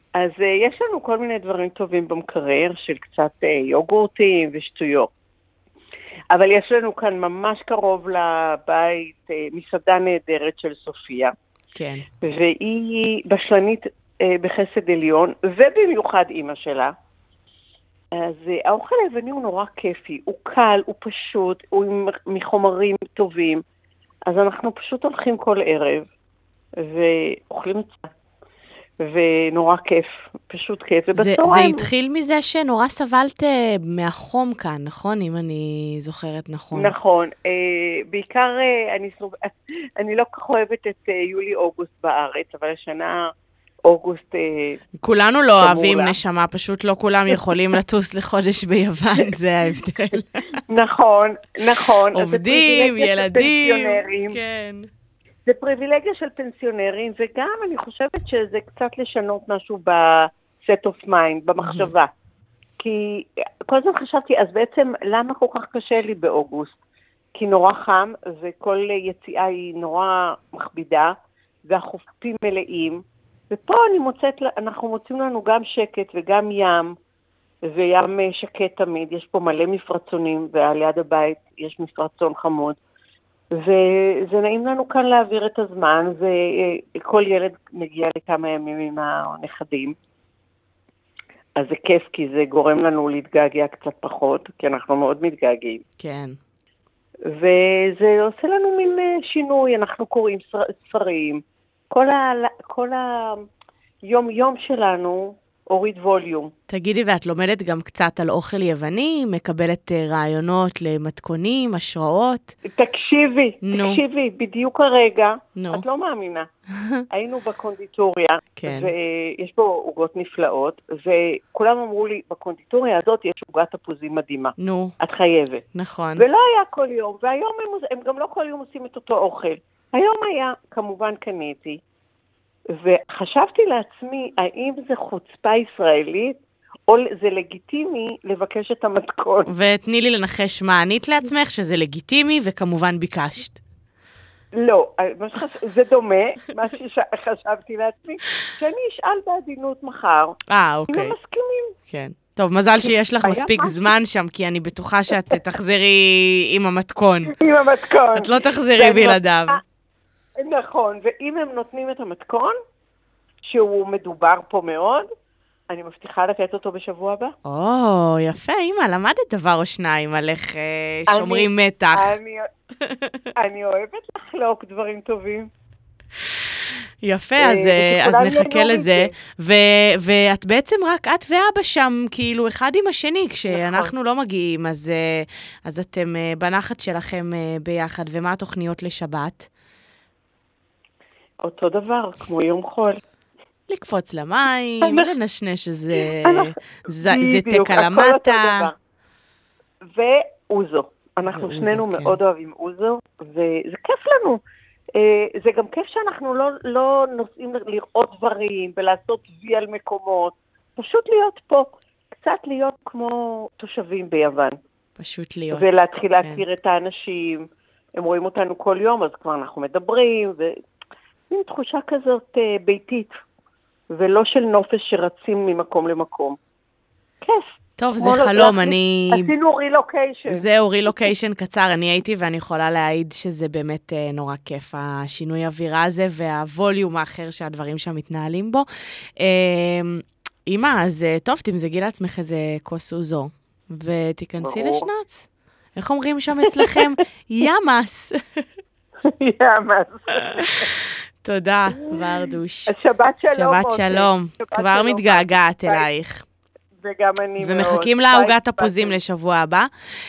אז uh, יש לנו כל מיני דברים טובים במקרר, של קצת uh, יוגורטים ושטויות. אבל יש לנו כאן ממש קרוב לבית uh, מסעדה נהדרת של סופיה. כן. והיא בשלנית uh, בחסד עליון, ובמיוחד אימא שלה. אז uh, האוכל היווני הוא נורא כיפי, הוא קל, הוא פשוט, הוא מחומרים טובים. אז אנחנו פשוט הולכים כל ערב, ואוכלים את זה. ונורא כיף, פשוט כיף. זה, זה התחיל מזה שנורא סבלת מהחום כאן, נכון? אם אני זוכרת נכון. נכון. אה, בעיקר אה, אני, אני לא כך אוהבת את אה, יולי-אוגוסט בארץ, אבל השנה אוגוסט... אה, כולנו לא אוהבים לה. נשמה, פשוט לא כולם יכולים לטוס לחודש ביוון, זה ההבדל. נכון, נכון. עובדים, ילדים. כן. זה פריבילגיה של פנסיונרים, וגם אני חושבת שזה קצת לשנות משהו ב-set of mind, במחשבה. כי כל הזמן חשבתי, אז בעצם למה כל כך קשה לי באוגוסט? כי נורא חם, וכל יציאה היא נורא מכבידה, והחופים מלאים, ופה אני מוצאת, אנחנו מוצאים לנו גם שקט וגם ים, וים שקט תמיד, יש פה מלא מפרצונים, ועל יד הבית יש מפרצון חמוד. וזה נעים לנו כאן להעביר את הזמן, וכל ילד מגיע לכמה ימים עם הנכדים, אז זה כיף, כי זה גורם לנו להתגעגע קצת פחות, כי אנחנו מאוד מתגעגעים. כן. וזה עושה לנו מין שינוי, אנחנו קוראים ספרים, כל, ה... כל היום-יום שלנו הוריד ווליום. תגידי, ואת לומדת גם קצת על אוכל יווני, מקבלת רעיונות למתכונים, השראות? תקשיבי, נו. תקשיבי, בדיוק הרגע, נו. את לא מאמינה. היינו בקונדיטוריה, כן. ויש פה עוגות נפלאות, וכולם אמרו לי, בקונדיטוריה הזאת יש עוגת תפוזים מדהימה. נו. את חייבת. נכון. ולא היה כל יום, והיום הם, הם גם לא כל יום עושים את אותו אוכל. היום היה, כמובן קניתי, וחשבתי לעצמי, האם זה חוצפה ישראלית, או זה לגיטימי לבקש את המתכון. ותני לי לנחש מה ענית לעצמך, שזה לגיטימי, וכמובן ביקשת. לא, זה דומה, מה שחשבתי לעצמי, שאני אשאל בעדינות מחר. אה, אוקיי. אם הם מסכימים. כן. טוב, מזל שיש לך מספיק זמן שם, כי אני בטוחה שאת תחזרי עם המתכון. עם המתכון. את לא תחזרי בלעדיו. נכון, ואם הם נותנים את המתכון, שהוא מדובר פה מאוד, אני מבטיחה לתת אותו בשבוע הבא. או, יפה, אמא, למדת דבר או שניים על איך שומרים מתח. אני אוהבת לחלוק דברים טובים. יפה, אז נחכה לזה. ואת בעצם רק את ואבא שם, כאילו, אחד עם השני, כשאנחנו לא מגיעים, אז אתם בנחת שלכם ביחד, ומה התוכניות לשבת? אותו דבר, כמו יום חול. לקפוץ למים, לנשנש איזה זיתק על המטה. ואוזו. אנחנו שנינו מאוד אוהבים אוזו, וזה כיף לנו. זה גם כיף שאנחנו לא נוסעים לראות דברים, ולעשות וי על מקומות. פשוט להיות פה. קצת להיות כמו תושבים ביוון. פשוט להיות. ולהתחיל להכיר את האנשים. הם רואים אותנו כל יום, אז כבר אנחנו מדברים, ו... עם תחושה כזאת uh, ביתית, ולא של נופש שרצים ממקום למקום. כיף. טוב, זה חלום, אני... עשינו רילוקיישן. זהו, רילוקיישן קצר, אני הייתי ואני יכולה להעיד שזה באמת uh, נורא כיף, השינוי אווירה הזה, והווליום האחר שהדברים שם מתנהלים בו. Uh, אמא, אז uh, טוב, תמזגי לעצמך איזה כוס אוזו, ותיכנסי לשנץ. איך אומרים שם אצלכם? ימאס. ימאס. תודה, ורדוש. שבת שלום. שבת שלום. כבר מתגעגעת אלייך. וגם אני מאוד. ומחכים לעוגת תפוזים לשבוע הבא.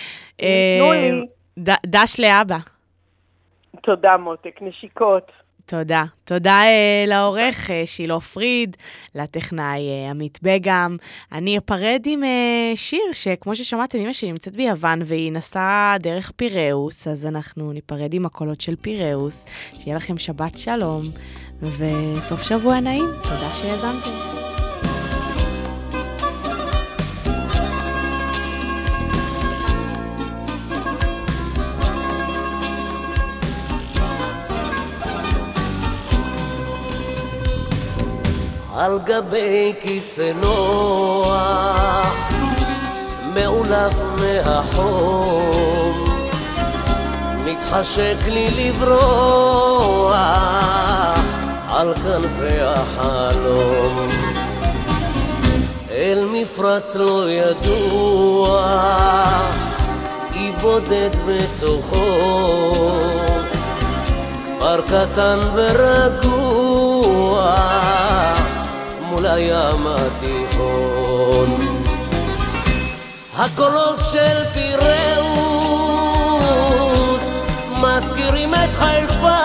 דש לאבא. תודה, מותק. נשיקות. תודה. תודה לעורך שילה פריד, לטכנאי עמית בגם. אני אפרד עם שיר שכמו ששמעתם, אמא שלי נמצאת ביוון והיא נסעה דרך פיראוס, אז אנחנו ניפרד עם הקולות של פיראוס. שיהיה לכם שבת שלום וסוף שבוע נעים. תודה שהאזנתם. על גבי כיסא נוח מעולף מהחום מתחשק לי לברוח על כנפי החלום אל מפרץ לא ידוע אי בודד בתוכו כפר קטן ורגוע מול הים התיכון הקולות של פיראוס מזכירים את חיפה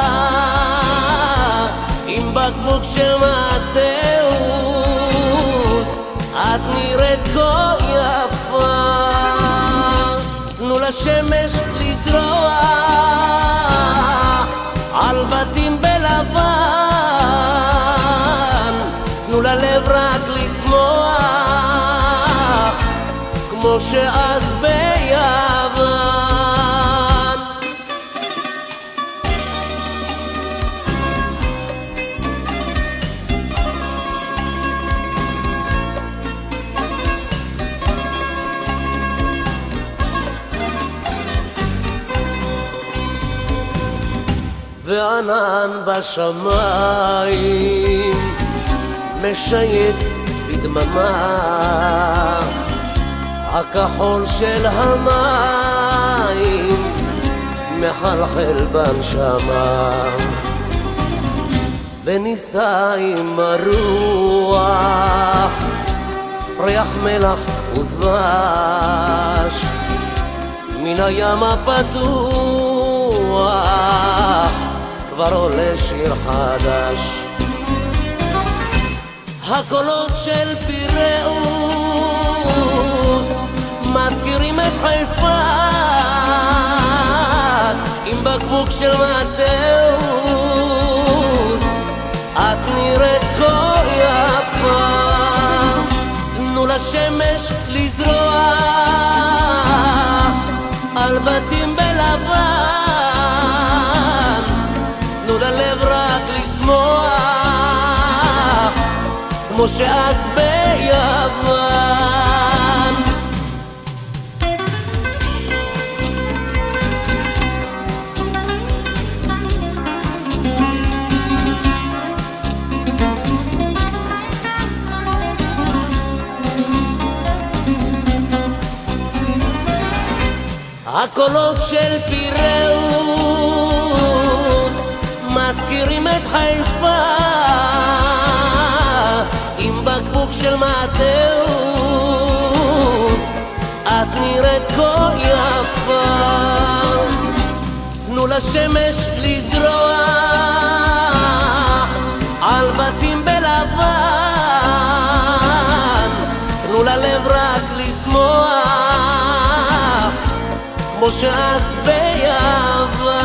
עם בקבוק של מתאוס את נראית כה יפה תנו לשמש לזרוע על בתים בלבן תנו ללב רק לשמוח כמו שאז ביוון וענן בשמיים משייט בדממה הכחול של המים מחלחל בנשמה וניסה עם הרוח ריח מלח ודבש מן הים הפתוח כבר עולה שיר חדש הקולות של פיראוס מזכירים את חיפה עם בקבוק של מתאוס את נראית כה יפה תנו לשמש לזרוע על בתים בלבן תנו ללב רק לשמוח כמו שאז ביוון הקולות של פיראוס מזכירים את חיפה עם בקבוק של מתאוס את נראית כה יפה תנו לשמש לזרוע על בתים בלבן תנו ללב רק לשמוח כמו שאז ביוון